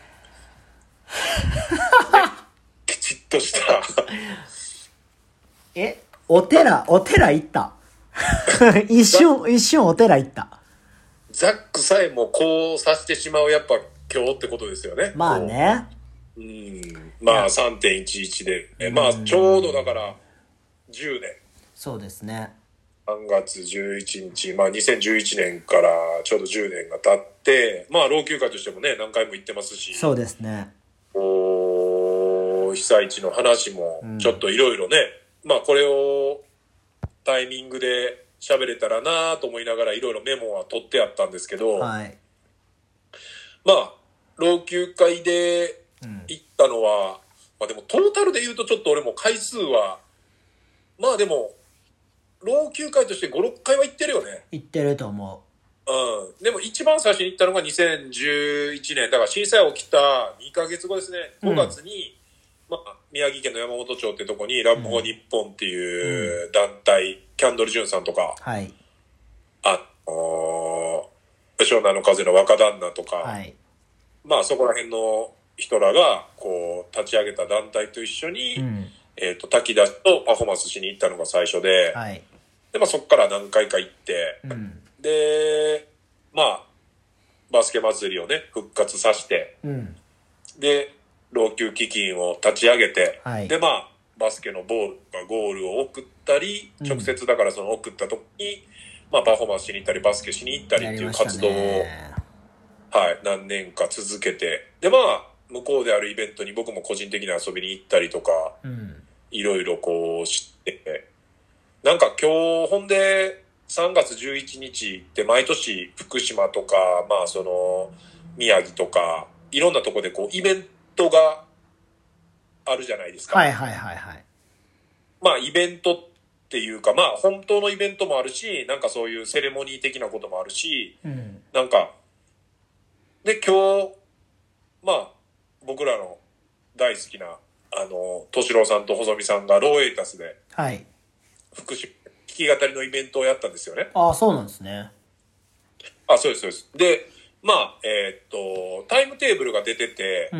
きちっとしたお寺行った一瞬お寺行った。 ザックさえもこうさせてしまうやっぱ今日ってことですよね。 まあね。 まあ 3.11 で、まあちょうどだから10年。 そうですね。 3月11日、まあ2011年からちょうど10年が経って、まあ老朽化としてもね、何回も行ってますし。 そうですね。 被災地の話もちょっといろいろね、まあこれをタイミングで喋れたらなと思いながらいろいろメモは取ってあったんですけど、 はい、 まあ老朽化で行ったのは、まあでもトータルで言うとちょっと俺も回数は、まあでも、老朽化として5、6回は行ってるよね。 行ってると思う。でも一番最初に行ったのが2011年、だから震災起きた2ヶ月後ですね、5月に、まあ、宮城県の山本町ってとこにラブホ日本っていう団体、キャンドル・ジュンさんとか、 はい。 湘南の風の若旦那とか、 はい、 まあそこら辺の人らがこう立ち上げた団体と一緒に、炊き出しとパフォーマンスしに行ったのが最初で、 はい、 でまあそこから何回か行って、でまあバスケ祭りをね復活させて、で老朽基金を立ち上げて、 はい、 でまあバスケのゴールを送ったり、直接だからその送った時に、まあパフォーマンスしに行ったりバスケしに行ったりっていう活動を、はい、何年か続けて、でまあ向こうであるイベントに僕も個人的に遊びに行ったりとか、いろいろこう知って、なんか今日ほんで3月11日って毎年福島とか、まあその宮城とかいろんなとこでこうイベントがあるじゃないですか。 はいはいはいはい。 まあイベントっていうか、まあ本当のイベントもあるし、なんかそういうセレモニー的なこともあるし、なんかで今日まあ僕らの大好きな敏郎さんと細見さんがローエイタスで福島弾き語りのイベントをやったんですよね。 ああ、そうなんですね。 あ、そうですそうです。でまあタイムテーブルが出てて、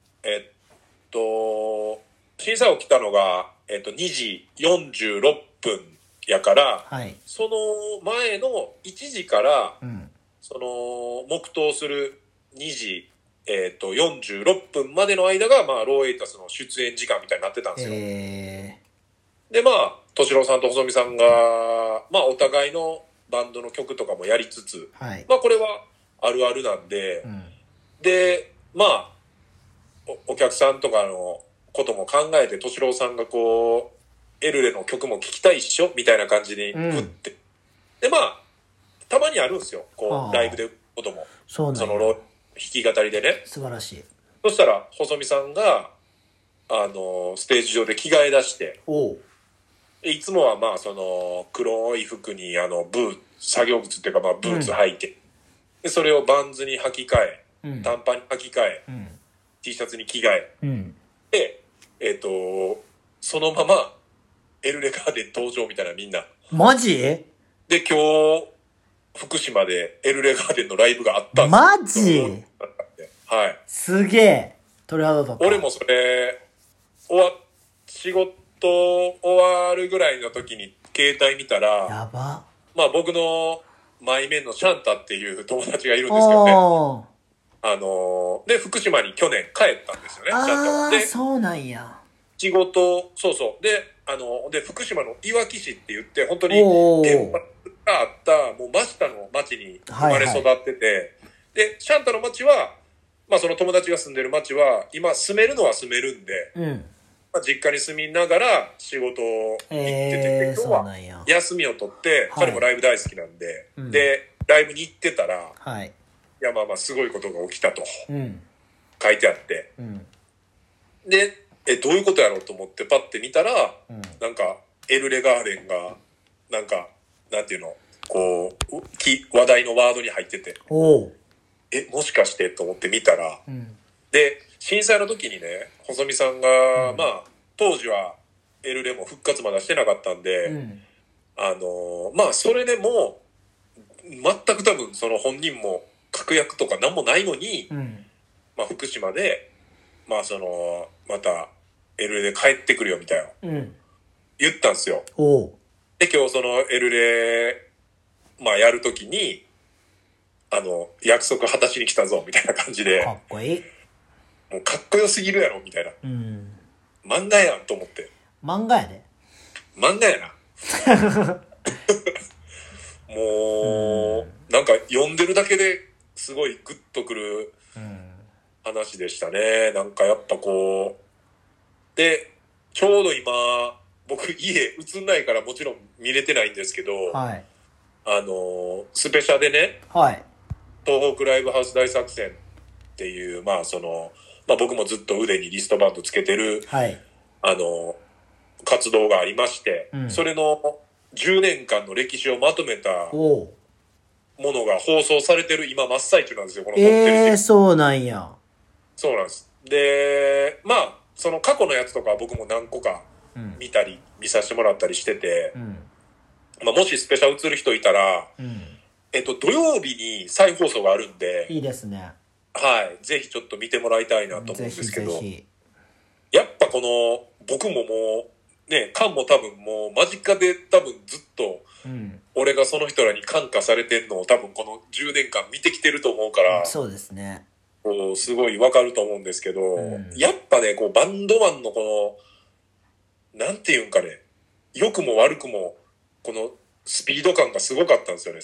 審査起きたのが2時46分やから、 はい、 その前の1時から、その黙祷する2時46分までの間が、まあ、ローエイタスの出演時間みたいになってたんですよ。で、まあ、敏郎さんと細見さんが、まあ、お互いのバンドの曲とかもやりつつ、 はい、 まあ、これはあるあるなんで、で、まあ、お客さんとかのことも考えて、敏郎さんがこう、エルレの曲も聴きたいっしょみたいな感じに振って。で、まあ、たまにあるんですよ。こう、ライブでことも。 そうなんだ。 弾き語りでね。 素晴らしい。 そしたら、細見さんが、ステージ上で着替え出して、いつもはまあ、黒い服に、作業靴っていうか、まあ、ブーツ履いて、で、それをバンズに履き替え、短パンに履き替え、T シャツに着替え、で、そのまま、エルレガーデン登場みたいなみんな。 マジで、今日、福島でエルレガーデンのライブがあったんですよ。マジはい。 すげえ。鳥肌とか。 俺もそれ、仕事終わるぐらいの時に携帯見たら、 やば。 まあ僕の前面のシャンタっていう友達がいるんですけどね。で、福島に去年帰ったんですよね、シャンタは。で、 そうなんや。 仕事、そうそう。で、福島のいわき市って言って、本当に原発があった、もう真下の町に生まれ育ってて、で、シャンタの町は、まあその友達が住んでる町は、今住めるのは住めるんで、まあ、実家に住みながら仕事行ってて、今日は休みを取って、彼もライブ大好きなんで、で、ライブに行ってたら、いやまあまあすごいことが起きたと、書いてあって、で、どういうことやろうと思ってパッて見たら、なんか、エルレガーデンが、なんか、なんていうの、こう、話題のワードに入ってて、もしかしてと思って見たら、で、震災の時にね、細見さんが、まあ、当時はエルレも復活まだしてなかったんで、まあ、それでも、全く多分その本人も確約とか何もないのに、まあ、福島で、まあ、また、エルレで帰ってくるよみたいな、言ったんですよ。で、今日そのエルレ、まあ、やるときに、約束果たしに来たぞ、みたいな感じで。 かっこいい。 もうかっこよすぎるやろ、みたいな。漫画やん、と思って。 漫画やで。 漫画やな。もう、なんか読んでるだけですごいグッとくる話でしたね。なんかやっぱこう、で、ちょうど今、僕家映んないからもちろん見れてないんですけど、スペシャでね、東北ライブハウス大作戦っていう、まあまあ僕もずっと腕にリストバンドつけてる、活動がありまして、それの10年間の歴史をまとめたものが放送されてる今真っ最中なんですよ、この撮ってるそうなんや。 そうなんです。で、まあ、その過去のやつとか僕も何個か見させてもらったりしてて、まあ、もしスペシャル映る人いたら、土曜日に再放送があるんで、 いいですね。 はい。ぜひちょっと見てもらいたいなと思うんですけど、やっぱこの、僕ももう、ね、カンも多分もう間近で多分ずっと、俺がその人らに感化されてんのを多分この10年間見てきてると思うから、 そうですね。 こう、すごいわかると思うんですけど、やっぱね、こう、バンドマンのこの、なんていうんかね、良くも悪くも、このスピード感がすごかったんですよね。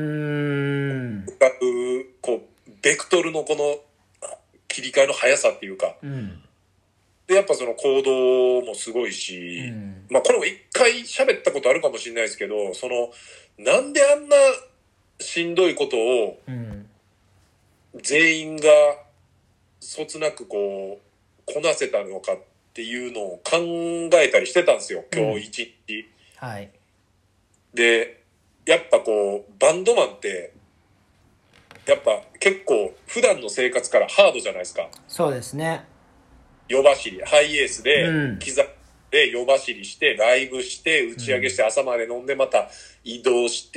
こう、ベクトルのこの切り替えの速さっていうか。で、やっぱその行動もすごいし、まあこれも一回喋ったことあるかもしれないですけど、なんであんなしんどいことを、全員がそつなくこう、こなせたのかっていうのを考えたりしてたんですよ、今日一日。で、やっぱこう、バンドマンって、やっぱ結構普段の生活からハードじゃないですか。 そうですね。 夜走り、ハイエースで、で夜走りして、ライブして、打ち上げして、朝まで飲んでまた移動して、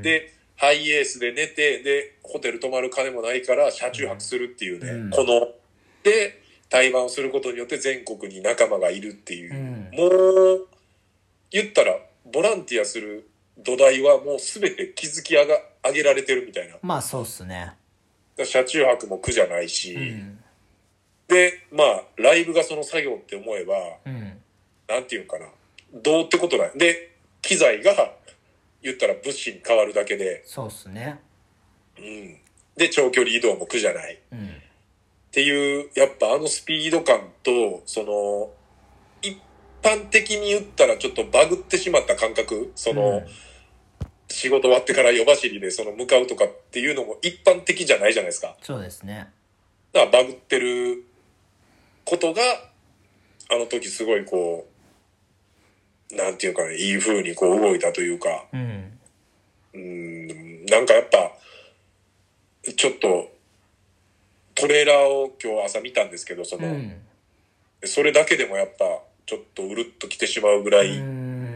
で、ハイエースで寝て、で、ホテル泊まる金もないから車中泊するっていうね、で、対バンをすることによって全国に仲間がいるっていう、もう、言ったら、ボランティアする土台はもうすべて築き上げられてるみたいな。 まあそうっすね。 車中泊も苦じゃないし、で、まあ、ライブがその作業って思えば、なんていうんかな、どうってことない。で、機材が言ったら物資に変わるだけで。 そうっすね。 で、長距離移動も苦じゃない。っていう、やっぱあのスピード感と、一般的に言ったらちょっとバグってしまった感覚、仕事終わってから夜走りで向かうとかっていうのも一般的じゃないじゃないですか。 そうですね。 だからバグってることが、あの時すごいこう、なんていうかね、いい風にこう動いたというか、なんかやっぱ、ちょっと、トレーラーを今日朝見たんですけど、それだけでもやっぱ、ちょっとうるっときてしまうぐらい、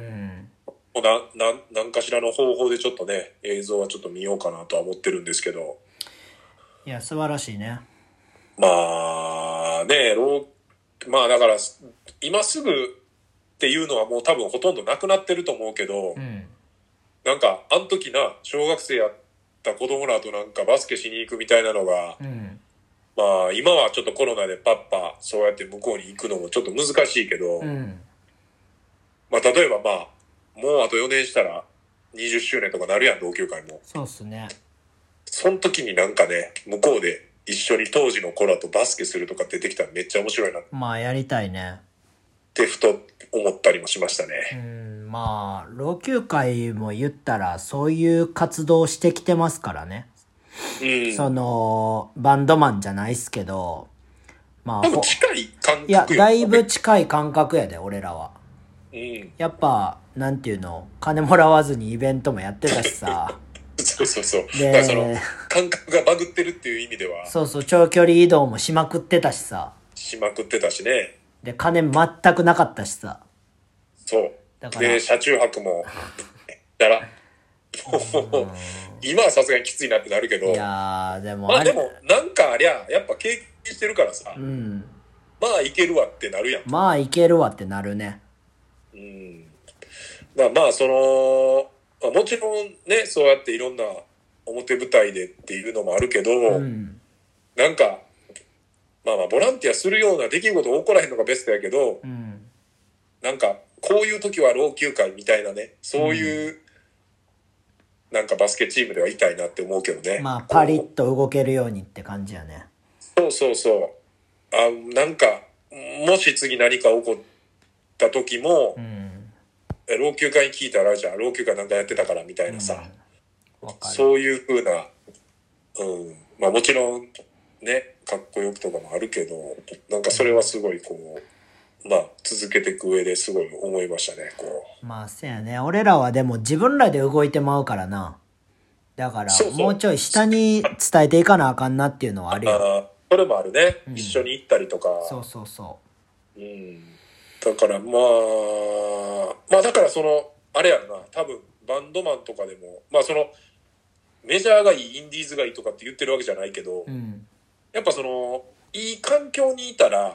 なんかしらの方法でちょっとね、映像はちょっと見ようかなとは思ってるんですけど。 いや、素晴らしいね。 まあ、ね、まあだから、今すぐっていうのはもう多分ほとんどなくなってると思うけど、なんか、あの時な、小学生やった子供らとなんかバスケしに行くみたいなのが、まあ今はちょっとコロナでパッパそうやって向こうに行くのもちょっと難しいけど、まあ例えばまあ、もうあと4年したら20周年とかなるやん、同級会も。 そうっすね。 その時になんかね、向こうで一緒に当時の子らとバスケするとか出てきたらめっちゃ面白いな。 まあやりたいね。 ってふと思ったりもしましたね。 まあ、老朽会も言ったらそういう活動してきてますからね。その、バンドマンじゃないっすけど、まあ、 でも近い感覚いや、だいぶ近い感覚やで、俺らは。 うん。 やっぱ、なんていうの、金もらわずにイベントもやってたしさ。 そうそうそう。だからその、感覚がバグってるっていう意味では。 そうそう、長距離移動もしまくってたしさ。 しまくってたしね。 で、金全くなかったしさ。 そう。だからで、車中泊も、だら、今はさすがにきついなってなるけど。いやでも。 まあでも、なんかありゃ、やっぱ経験してるからさ。まあいけるわってなるやん。 まあいけるわってなるね。 まあその、もちろんね、そうやっていろんな表舞台でっていうのもあるけど、なんか、まあボランティアするような出来事起こらへんのがベストやけど、なんか、こういう時は老朽会みたいなね、そういう、なんかバスケチームではいたいなって思うけどね。 まあ、パリッと動けるようにって感じやね。 そう。なんか、もし次何か起こった時も、老朽会に聞いたら、じゃあ老朽会なんかやってたからみたいなさ、そういう風な、まあもちろんね、かっこよくとかもあるけど、なんかそれはすごいこう、まあ続けていく上ですごい思いましたね、こう。 まあせやね、俺らはでも自分らで動いてまうからな。だから、もうちょい下に伝えていかなあかんなっていうのはあるよ。 それもあるね、一緒に行ったりとか。 そう。 だからまあだからその、あれやろな、多分バンドマンとかでも、まあその、メジャーがいい、インディーズがいいとかって言ってるわけじゃないけど、やっぱその、いい環境にいたら、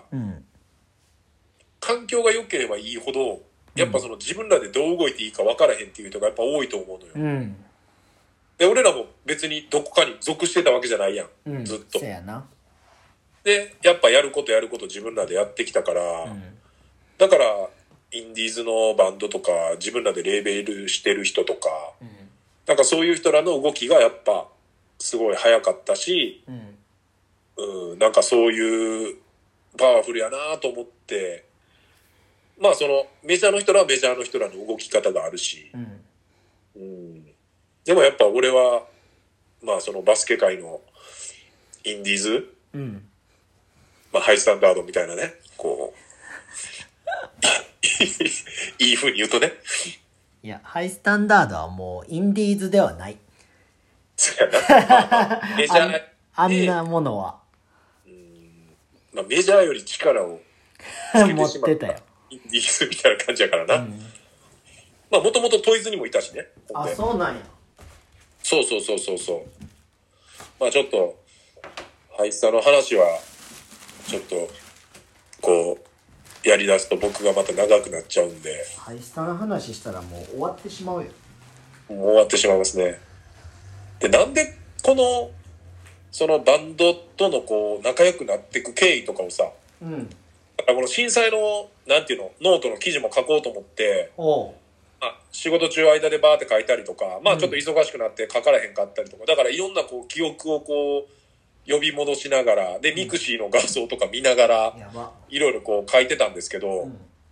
環境が良ければいいほど、やっぱその自分らでどう動いていいか分からへんっていう人がやっぱ多いと思うのよ。で、俺らも別にどこかに属してたわけじゃないやん。ずっと。 せやな。 で、やっぱやること自分らでやってきたから、だから、インディーズのバンドとか、自分らでレーベルしてる人とか、なんかそういう人らの動きがやっぱ、すごい早かったし、なんかそういうパワフルやなと思って、まあその、メジャーの人らはメジャーの人らの動き方があるし、でもやっぱ俺は、まあそのバスケ界のインディーズ、まあハイスタンダードみたいなね、こう、いい風に言うとね。 いや、ハイスタンダードはもうインディーズではない。 そうやな。メジャーあんなものは。 まあメジャーより力を持ってたよ。 インディーズみたいな感じやからな。まあもともとトイズにもいたしね。 あ、そうなんや。 そう。まあちょっと、ハイスタの話は、ちょっと、こう、やり出すと僕がまた長くなっちゃうんで。 ハイスタの話したらもう終わってしまうよ。 もう終わってしまいますね。で、なんでこの、そのバンドとのこう、仲良くなっていく経緯とかをさ、だからこの震災の、なんていうの、ノートの記事も書こうと思って、仕事中間でバーって書いたりとか、まあちょっと忙しくなって書かれへんかったりとか、だからいろんなこう記憶をこう呼び戻しながら、でミクシーの画像とか見ながら、いろいろこう書いてたんですけど、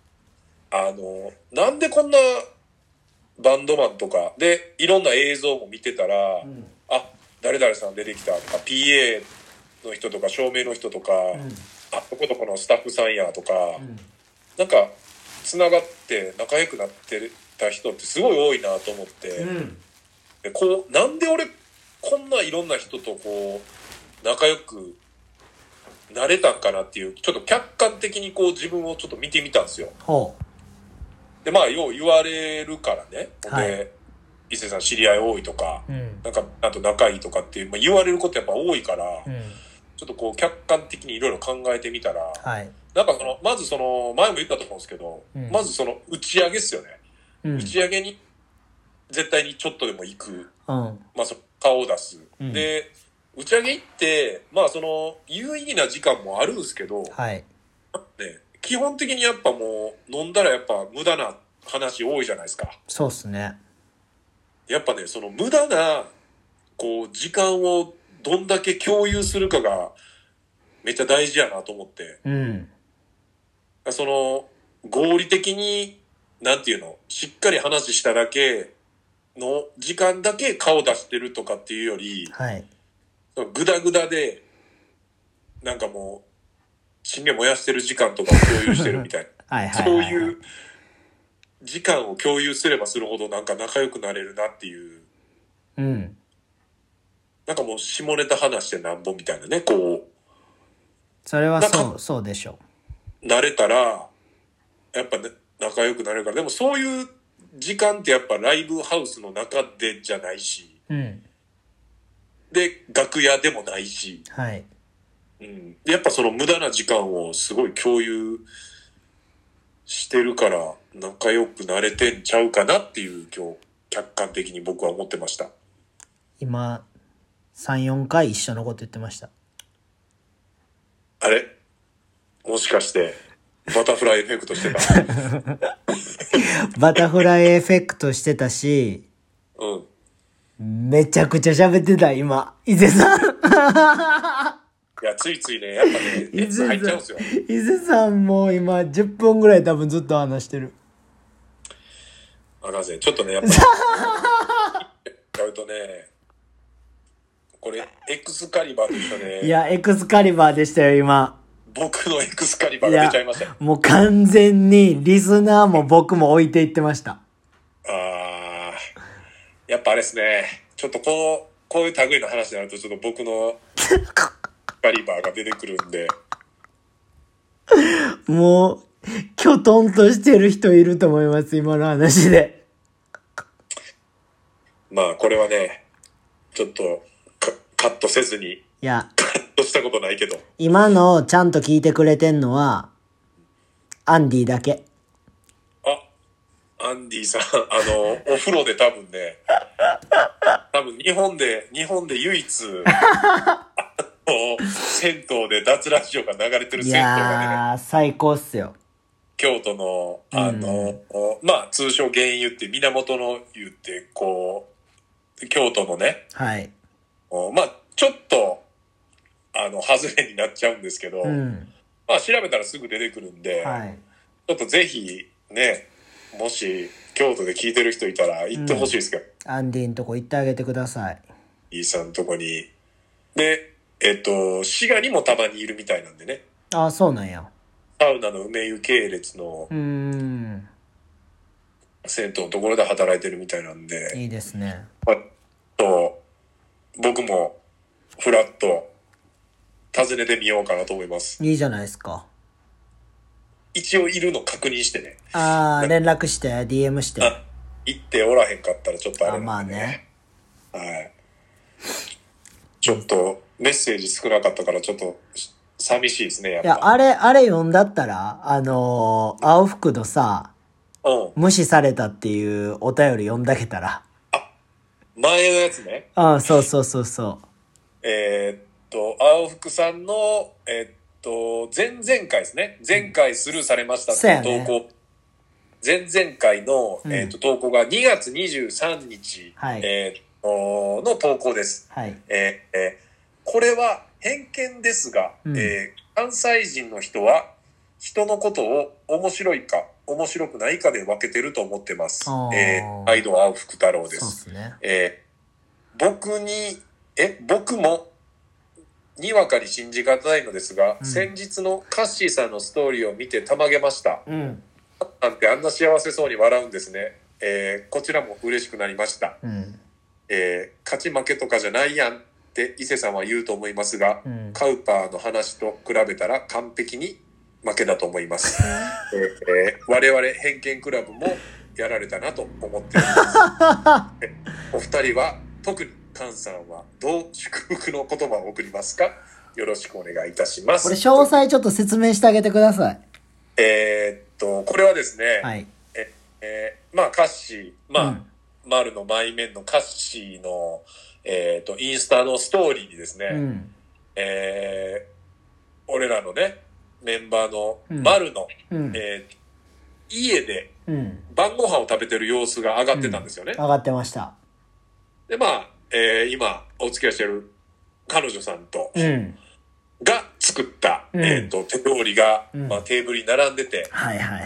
なんでこんなバンドマンとかでいろんな映像も見てたら、誰々さん出てきたとか、PA の人とか照明の人とか、 こことこのスタッフさんやとか、なんかつながって仲良くなってた人ってすごい多いなと思って、でこうなんで俺こんないろんな人とこう仲良くなれたんかなっていうちょっと客観的にこう自分をちょっと見てみたんですよ。でまあよう言われるからね。で伊勢さん知り合い多いとか、なんかあと仲いいとかっていう、まあ、言われることやっぱ多いから、ちょっとこう客観的にいろいろ考えてみたら、なんかまず前も言ったと思うんですけど、まず打ち上げっすよね。打ち上げに絶対にちょっとでも行く。まあ顔を出す。で、打ち上げ行って、まあ有意義な時間もあるんですけど、ね、基本的にやっぱもう飲んだらやっぱ無駄な話多いじゃないですか。 そうっすね。 やっぱね、無駄な、こう、時間をどんだけ共有するかがめっちゃ大事やなと思って。合理的に、なんていうの、しっかり話しただけの時間だけ顔出してるとかっていうより、グダグダで、なんかもう、信玄燃やしてる時間とかを共有してるみたいな。そういう時間を共有すればするほどなんか仲良くなれるなっていう。なんかもう下ネタ話してなんぼみたいなね、こう。 それはそうでしょう。慣れたら、やっぱね、仲良くなれるから。でもそういう時間ってやっぱライブハウスの中でじゃないし。で、楽屋でもないし。やっぱ無駄な時間をすごい共有してるから仲良くなれてんちゃうかなっていう今日客観的に僕は思ってました。 今 3,4 回一緒のこと言ってました。 あれもしかしてバタフライエフェクトしてたバタフライエフェクトしてたし、めちゃくちゃ喋ってた今伊勢さんいや、ついついね、やっぱね、熱入っちゃうんですよ。 伊勢さんも今10分ぐらい多分ずっと話してる。 あかんせん、ちょっとね、やっぱり。やるとね、これ、エクスカリバーでしたね。 いや、エクスカリバーでしたよ、今。 僕のエクスカリバーが出ちゃいましたよ。 もう完全にリスナーも僕も置いていってました。 やっぱあれですね、ちょっとこういう類の話になると、ちょっと僕の、カリバーが出てくるんでもうきょとんとしてる人いると思います今の話で。 まあこれはねちょっとカットせずに。いやカットしたことないけど今のちゃんと聞いてくれてんのはアンディだけ。 アンディさんお風呂で多分日本で唯一銭湯で脱ラジオが流れてる銭湯がね。 いやー最高っすよ。 京都のまあ通称源湯って源の湯ってこう京都のね、まあちょっと外れになっちゃうんですけど、まあ調べたらすぐ出てくるんで、ちょっとぜひね、もし京都で聞いてる人いたら行ってほしいですけど、 アンディんとこ行ってあげてください。 イーさんとこに。で滋賀にもたまにいるみたいなんでね。 ああ、そうなんや。 サウナの梅湯系列の銭湯のところで働いてるみたいなんで。 いいですね。 僕もフラッと訪ねてみようかなと思います。 いいじゃないですか。 一応いるの確認してね。 連絡して DM して。 行っておらへんかったらちょっとあれなんでね。 まあね。はい。ちょっとメッセージ少なかったからちょっと寂しいですね。やっぱ。いや、 あれ読んだったら、青服のさ、無視されたっていうお便り読んだけたら。 前のやつね。 そう。 青服さんの、前々回ですね。前回スルーされましたっていう投稿。前々回の、投稿が2月23日、の投稿です。これは偏見ですが、関西人の人は人のことを面白いか面白くないかで分けてると思ってます。毎度青福太郎です。 そうですね。 僕もにわかに信じがたいのですが、先日のカッシーさんのストーリーを見てたまげました。なんてあんな幸せそうに笑うんですね。こちらも嬉しくなりました。勝ち負けとかじゃないやんって伊勢さんは言うと思いますが、カウパーの話と比べたら完璧に負けだと思います。我々偏見クラブもやられたなと思っております。お二人は特に菅さんはどう祝福の言葉を送りますか？よろしくお願いいたします。 これ詳細ちょっと説明してあげてください。 これはですね、 はい、 まあカッシー、丸の前面のカッシーのインスタのストーリーにですね、俺らのねメンバーの丸の、家で晩ご飯を食べてる様子が上がってたんですよね。 上がってました。 でまあ、今お付き合いしてる彼女さんと、が作った、手料理が、テーブルに並んでて、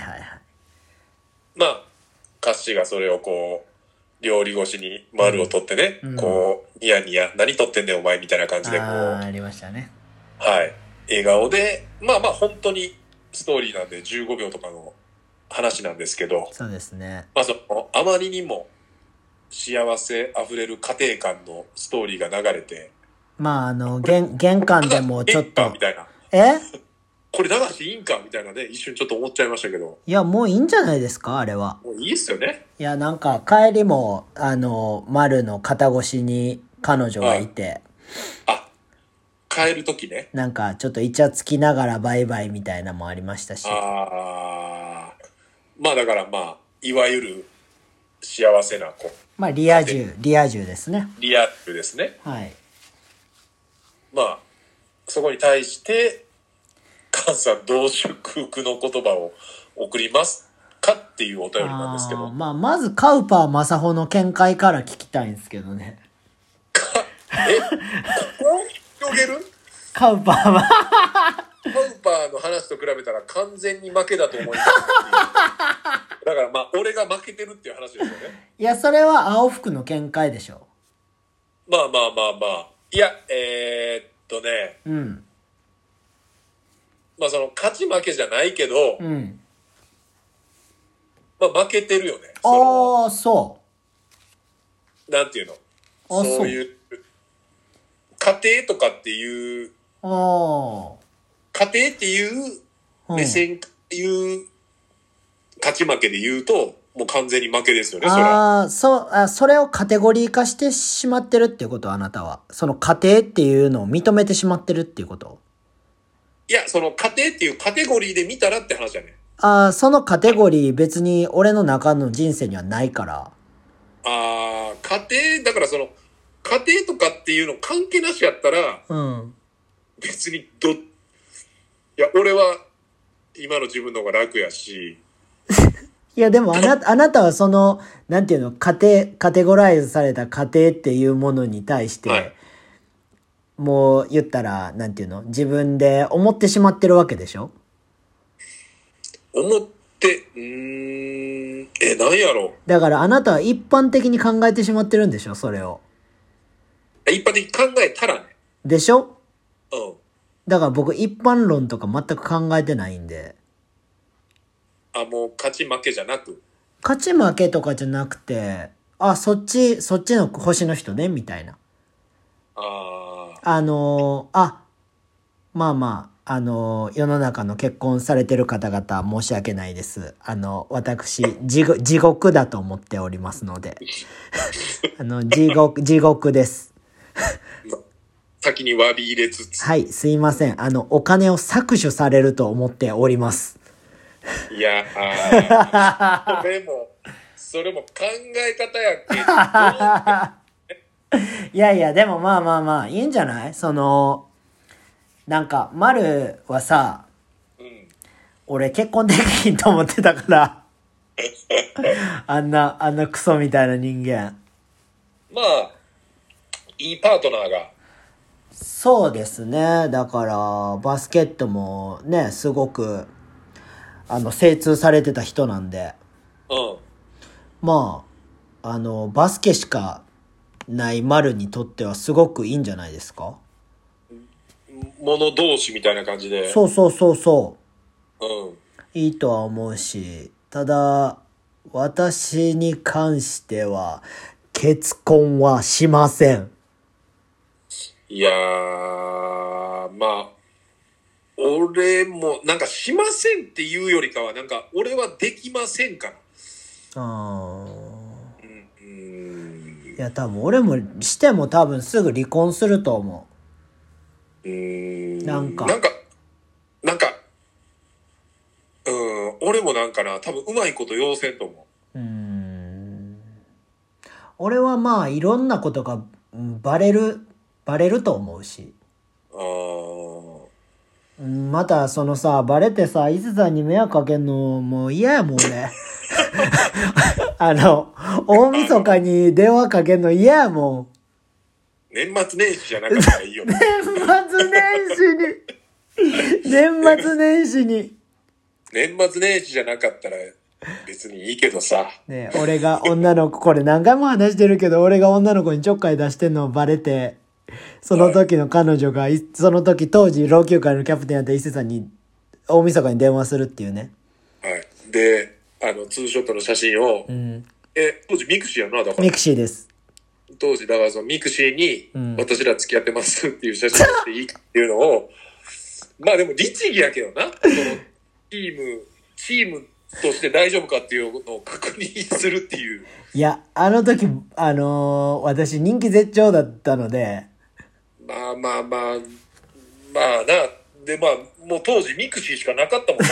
まあカッシーがそれをこう料理越しに丸を取ってね、こうニヤニヤ何取ってんねんお前みたいな感じでこうありましたね。 はい、笑顔でまあ本当にストーリーなんで15秒とかの話なんですけど、 そうですね。 まあそのあまりにも幸せあふれる家庭観のストーリーが流れて、 まあ玄関でもちょっとみたいな、これ流していいんかみたいなね、一瞬ちょっと思っちゃいましたけど。 いやもういいんじゃないですか、あれは。 もういいっすよね。 いやなんか帰りも丸の肩越しに彼女がいて、 帰る時ね、 なんかちょっとイチャつきながらバイバイみたいなのもありましたし、 まあだからまあいわゆる幸せな子、 まあリア充ですね。 リア充ですね。 はい。 まあそこに対して菅さんどう祝福の言葉を送りますかっていうお便りなんですけど、 まずカウパー正穂の見解から聞きたいんですけどね。 ここ広げる？ カウパーはカウパーの話と比べたら完全に負けだと思います。だからまあ俺が負けてるっていう話ですよね。 いやそれは青服の見解でしょ。 まあいやまあその勝ち負けじゃないけど、まあ負けてるよね。そうなんていうの、そういう家庭とかっていう家庭っていう目線っていう勝ち負けで言うともう完全に負けですよね。 それをカテゴリー化してしまってるっていうこと？あなたはその家庭っていうのを認めてしまってるっていうこと？ いやその家庭っていうカテゴリーで見たらって話だね。 そのカテゴリー別に俺の中の人生にはないから。 家庭だからその家庭とかっていうの関係なしやったら、別にいや俺は今の自分の方が楽やしいやでもあなたはそのなんていうのカテゴライズされた家庭っていうものに対して、もう言ったらなんていうの自分で思ってしまってるわけでしょ？ 思ってなんやろ。 だからあなたは一般的に考えてしまってるんでしょ、それを。 一般的に考えたらね。 でしょ？だから僕一般論とか全く考えてないんで。 もう勝ち負けじゃなく。 勝ち負けとかじゃなくて、そっちの星の人ねみたいな。世の中の結婚されてる方々申し訳ないです。私、地獄だと思っておりますので。地獄です。 先に詫び入れつつ。 はい、すいません。お金を搾取されると思っております。 いやそれも考え方やっけ。 いや、でもまあ、いいんじゃない？なんか、丸はさ、俺結婚できひんと思ってたから、あんなクソみたいな人間。 まあ、いいパートナーが。 そうですね。だから、バスケットもね、すごく、精通されてた人なんで。まあ、バスケしかない丸にとってはすごくいいんじゃないですか？ 者同士みたいな感じで。 そうそうそうそう。うん。 いいとは思うし、ただ、私に関しては、結婚はしません。 いやー、まあ、俺も、なんかしませんっていうよりかは、なんか、俺はできませんかな。 いや、多分俺もしても多分すぐ離婚すると思う。なんか、 俺もなんかな、多分うまいこと要せんと思う。 俺はまあいろんなことがバレると思うし。またそのさ、バレてさ、伊勢さんに迷惑かけんのもう嫌やもん俺。大晦日に電話かけんの嫌やもん。 年末年始じゃなかったらいいよね。 年末年始に。 年末年始じゃなかったら別にいいけどさ。 ねえ、俺が女の子、これ何回も話してるけど、俺が女の子にちょっかい出してんのバレて、その時の彼女が、その時当時老朽会のキャプテンやった伊勢さんに大晦日に電話するっていうね。 はい。で、ツーショットの写真を、当時ミクシーやな、だから。 ミクシーです。当時、だからそのミクシーに、私ら付き合ってますっていう写真をしていいっていうのを、まあでも律儀やけどな。そのチームとして大丈夫かっていうのを確認するっていう。 いや、あの時、私人気絶頂だったので。 まあな。で、まあ、もう当時ミクシーしかなかったもん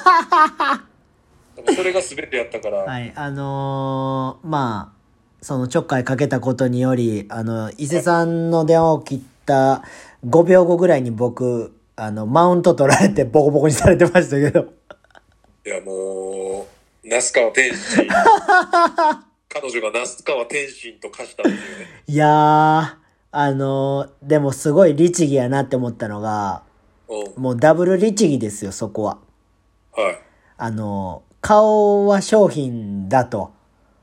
ね。それが全てやったから。 はい、まあ、そのちょっかいかけたことにより、伊勢さんの電話を切った5秒後ぐらいに僕、マウント取られてボコボコにされてましたけど。 いや、もう、那須川天心。彼女が那須川天心と化したっていうね。 いやー、でもすごい律儀やなって思ったのが、もうダブル律儀ですよ、そこは。 はい。 顔は商品だと。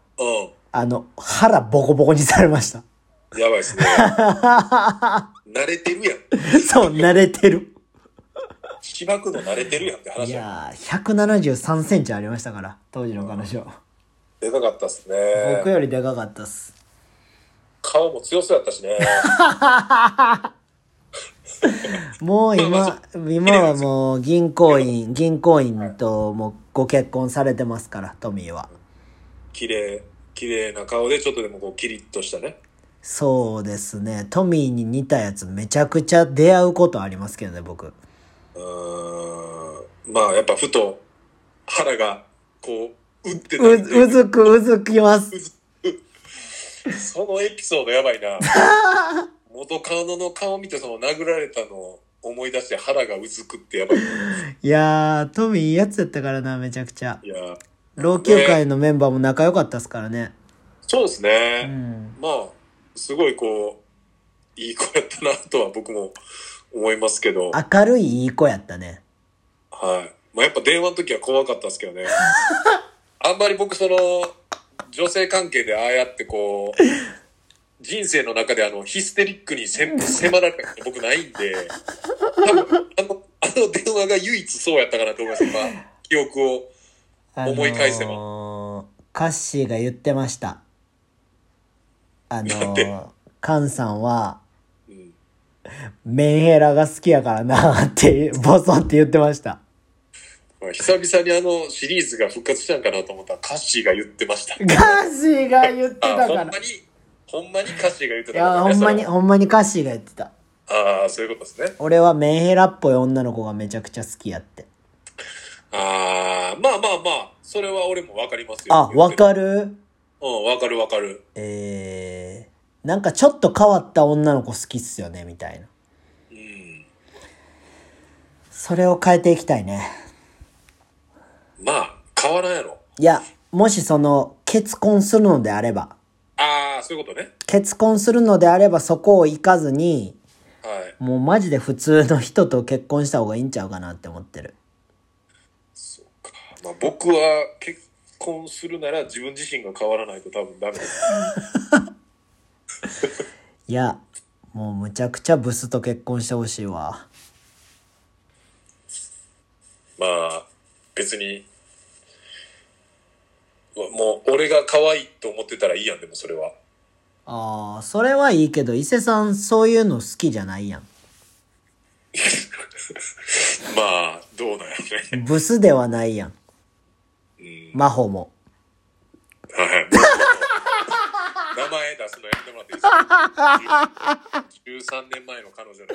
腹ボコボコにされました。 やばいっすね。慣れてるやん。 そう、慣れてる。 しばくの慣れてるやんって話。 いやー、173センチありましたから、当時の彼女。 でかかったっすね。 僕よりでかかったっす。 顔も強そうやったしね。 もう今はもう銀行員ともうご結婚されてますから、トミーは。 綺麗な顔でちょっとでもこうキリッとしたね。 そうですね。トミーに似たやつめちゃくちゃ出会うことありますけどね、僕。 まあやっぱふと腹がこうってうずきます。 そのエピソードやばいな。元カノの顔見てその殴られたのを思い出して腹がうずくってやばい。 いやー、トミーいいやつやったからな、めちゃくちゃ。 いや老朽会のメンバーも仲良かったっすからね。 そうですね。まあ、すごいこう、いい子やったなとは僕も思いますけど。 明るいいい子やったね。 はい。まあやっぱ電話の時は怖かったですけどね。あんまり僕その、女性関係でああやってこう、人生の中でヒステリックに迫られたこと僕ないんで、多分あの電話が唯一そうやったかなと思います。今、記憶を思い返せば。 カッシーが言ってました。カンさんは、メンヘラが好きやからなって、ボソって言ってました。 久々にシリーズが復活したんかなと思ったらカッシーが言ってました。 カッシーが言ってたから。 ほんまにカッシーが言ってた。 いや、ほんまにカッシーが言ってた。 ああ、そういうことですね。 俺はメンヘラっぽい女の子がめちゃくちゃ好きやって。 ああ、まあ。それは俺もわかりますよ。 あ、わかる？ わかる。 なんかちょっと変わった女の子好きっすよね、みたいな。それを変えていきたいね。 まあ、変わらんやろ。 いや、もし結婚するのであれば。 ああ、そういうことね。 結婚するのであればそこを行かずに、もうマジで普通の人と結婚した方がいいんちゃうかなって思ってる。 そうか。まあ僕は結婚するなら自分自身が変わらないと多分ダメです。 いや、もうむちゃくちゃブスと結婚してほしいわ。 まあ、別に、もう、俺が可愛いと思ってたらいいやん、でもそれは。 ああ、それはいいけど、伊勢さんそういうの好きじゃないやん。 まあ、どうなんやね。 ブスではないやん。真帆も。 はい。名前出すのやってもらっていいですか？ 13 年前の彼女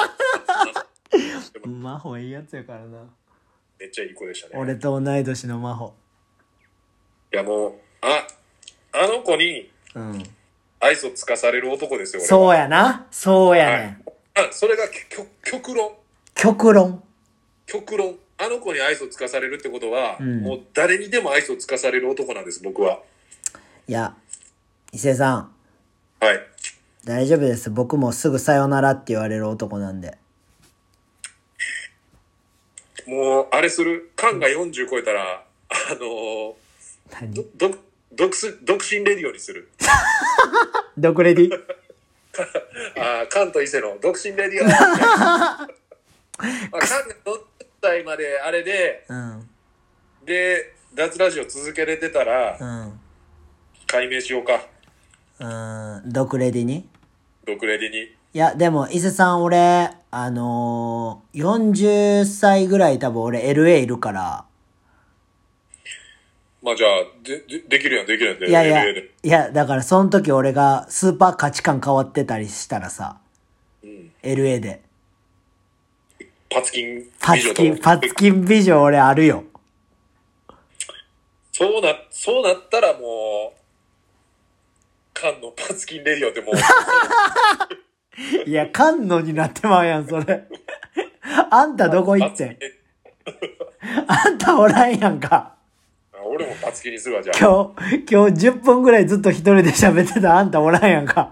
の。 真帆いいやつやからな。 めっちゃいい子でしたね。 俺と同い年の真帆。 いやもう、あの子に、愛想つかされる男ですよ、俺は。 そうやな。そうやね、 はい。それが極論。 極論。 あの子に愛想つかされるってことは、もう誰にでも愛想つかされる男なんです、僕は。 いや、伊勢さん。 はい。 大丈夫です。僕もすぐさよならって言われる男なんで。 もう、あれする？缶が40超えたら、 何？ 独身レディオにする。 独レディ？ 缶と伊勢の独身レディオ。缶が40歳まであれで、で、脱ラジオ続けれてたら、解明しようか。 独レディに？ 独レディに。 いや、でも、伊勢さん、俺、40歳ぐらい多分俺 LA いるから。 まあじゃあ、できるやんで。 いや、だからその時俺がスーパー価値観変わってたりしたらさ、LA で。 パツキン美女俺あるよ。 そうなったらもう、缶のパツキンレディオってもう。 いや、缶のになってまうやん、それ。あんたどこ行ってん？あんたおらんやんか。 俺もパツキンにするわ、じゃあ。 今日10分ぐらいずっと一人で喋ってたあんたおらんやんか。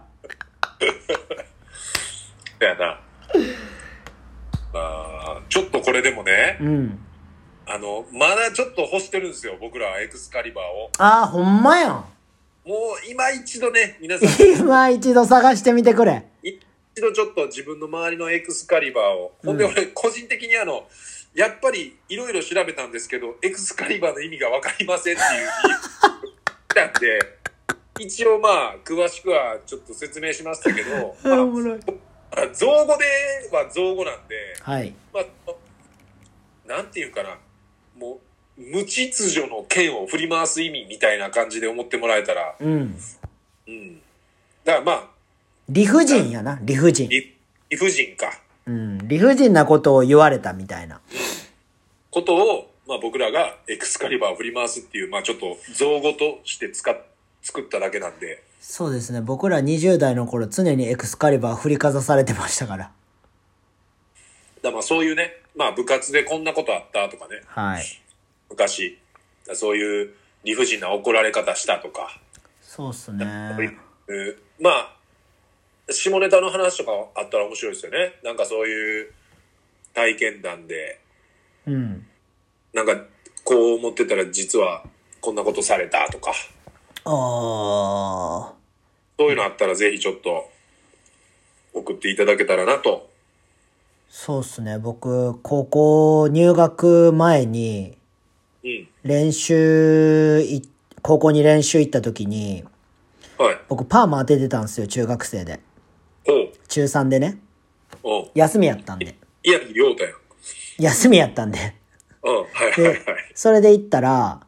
やな。ちょっとこれでもね、まだちょっと欲してるんですよ、僕らはエクスカリバーを。 ああ、ほんまやん。 もう今一度ね、皆さん。 今一度探してみてくれ。 一度ちょっと自分の周りのエクスカリバーを。ほんで俺、個人的にやっぱりいろいろ調べたんですけど、エクスカリバーの意味がわかりませんっていう理由なんで、一応まあ、詳しくはちょっと説明しましたけど、造語では造語なんで、 はい。 まあ、なんていうかな、もう、無秩序の剣を振り回す意味みたいな感じで思ってもらえたら、だからまあ、 理不尽やな、理不尽。 理不尽か。 理不尽なことを言われたみたいな。 ことを、まあ僕らがエクスカリバーを振り回すっていう、まあちょっと造語として作っただけなんで。 そうですね。僕ら20代の頃常にエクスカリバー振りかざされてましたから。 まあそういうね、まあ部活でこんなことあったとかね。 はい。 昔、そういう理不尽な怒られ方したとか。 そうっすね。 まあ、下ネタの話とかあったら面白いですよね。なんかそういう体験談で。なんかこう思ってたら実はこんなことされたとか。そういうのあったらぜひちょっと送っていただけたらなと。 そうっすね。僕、高校入学前に、高校に練習行った時に、僕パーマ当ててたんですよ、中学生で。中3でね。休みやったんで。 いや、亮太やん。 休みやったんで。それで行ったら、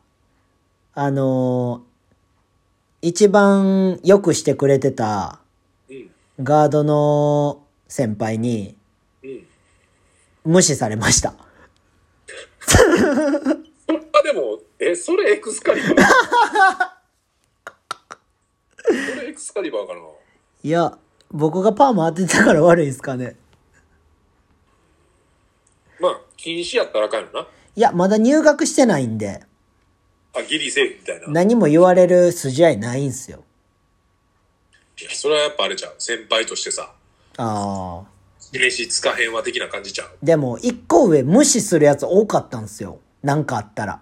一番よくしてくれてた、ガードの先輩に、無視されました。 それはでも、それエクスカリバーそれエクスカリバーかな。 いや、僕がパーマ当てたから悪いですかね。 まあ、禁止やったらあかんよな。 いや、まだ入学してないんで。 ギリセーフみたいな。 何も言われる筋合いないんすよ。 いや、それはやっぱあれちゃう。先輩としてさ。示しつかへんわ的な感じちゃう。 でも、一個上無視するやつ多かったんすよ。なんかあったら。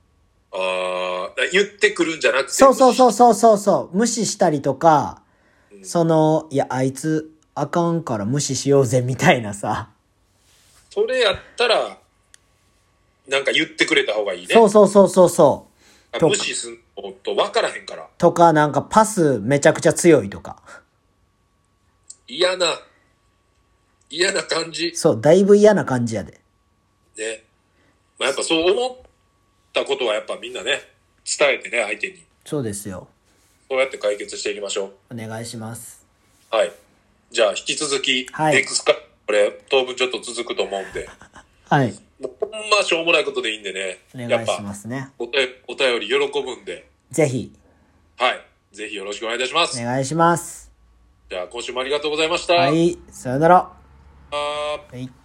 言ってくるんじゃなくて。 そう。無視したりとか、いや、あいつあかんから無視しようぜみたいなさ。 それやったら、 なんか言ってくれた方がいいね。 そうそうそうそうそう。 無視すんのと分からへんから。 とか、なんかパスめちゃくちゃ強いとか。 嫌な感じ。 そう、だいぶ嫌な感じやで。 ね。まあ、やっぱそう思ったことはやっぱみんなね、伝えてね、相手に。 そうですよ。 そうやって解決していきましょう。お願いします。 はい。じゃあ引き続き、 はい、 ネクスカこれ当分ちょっと続くと思うんで。 はい。 もうほんましょうもないことでいいんでね。 お願いしますね。 やっぱお便り喜ぶんで。 ぜひ。 はい。ぜひよろしくお願いいたします。 お願いします。 じゃあ今週もありがとうございました。 はい。さよなら。 はい。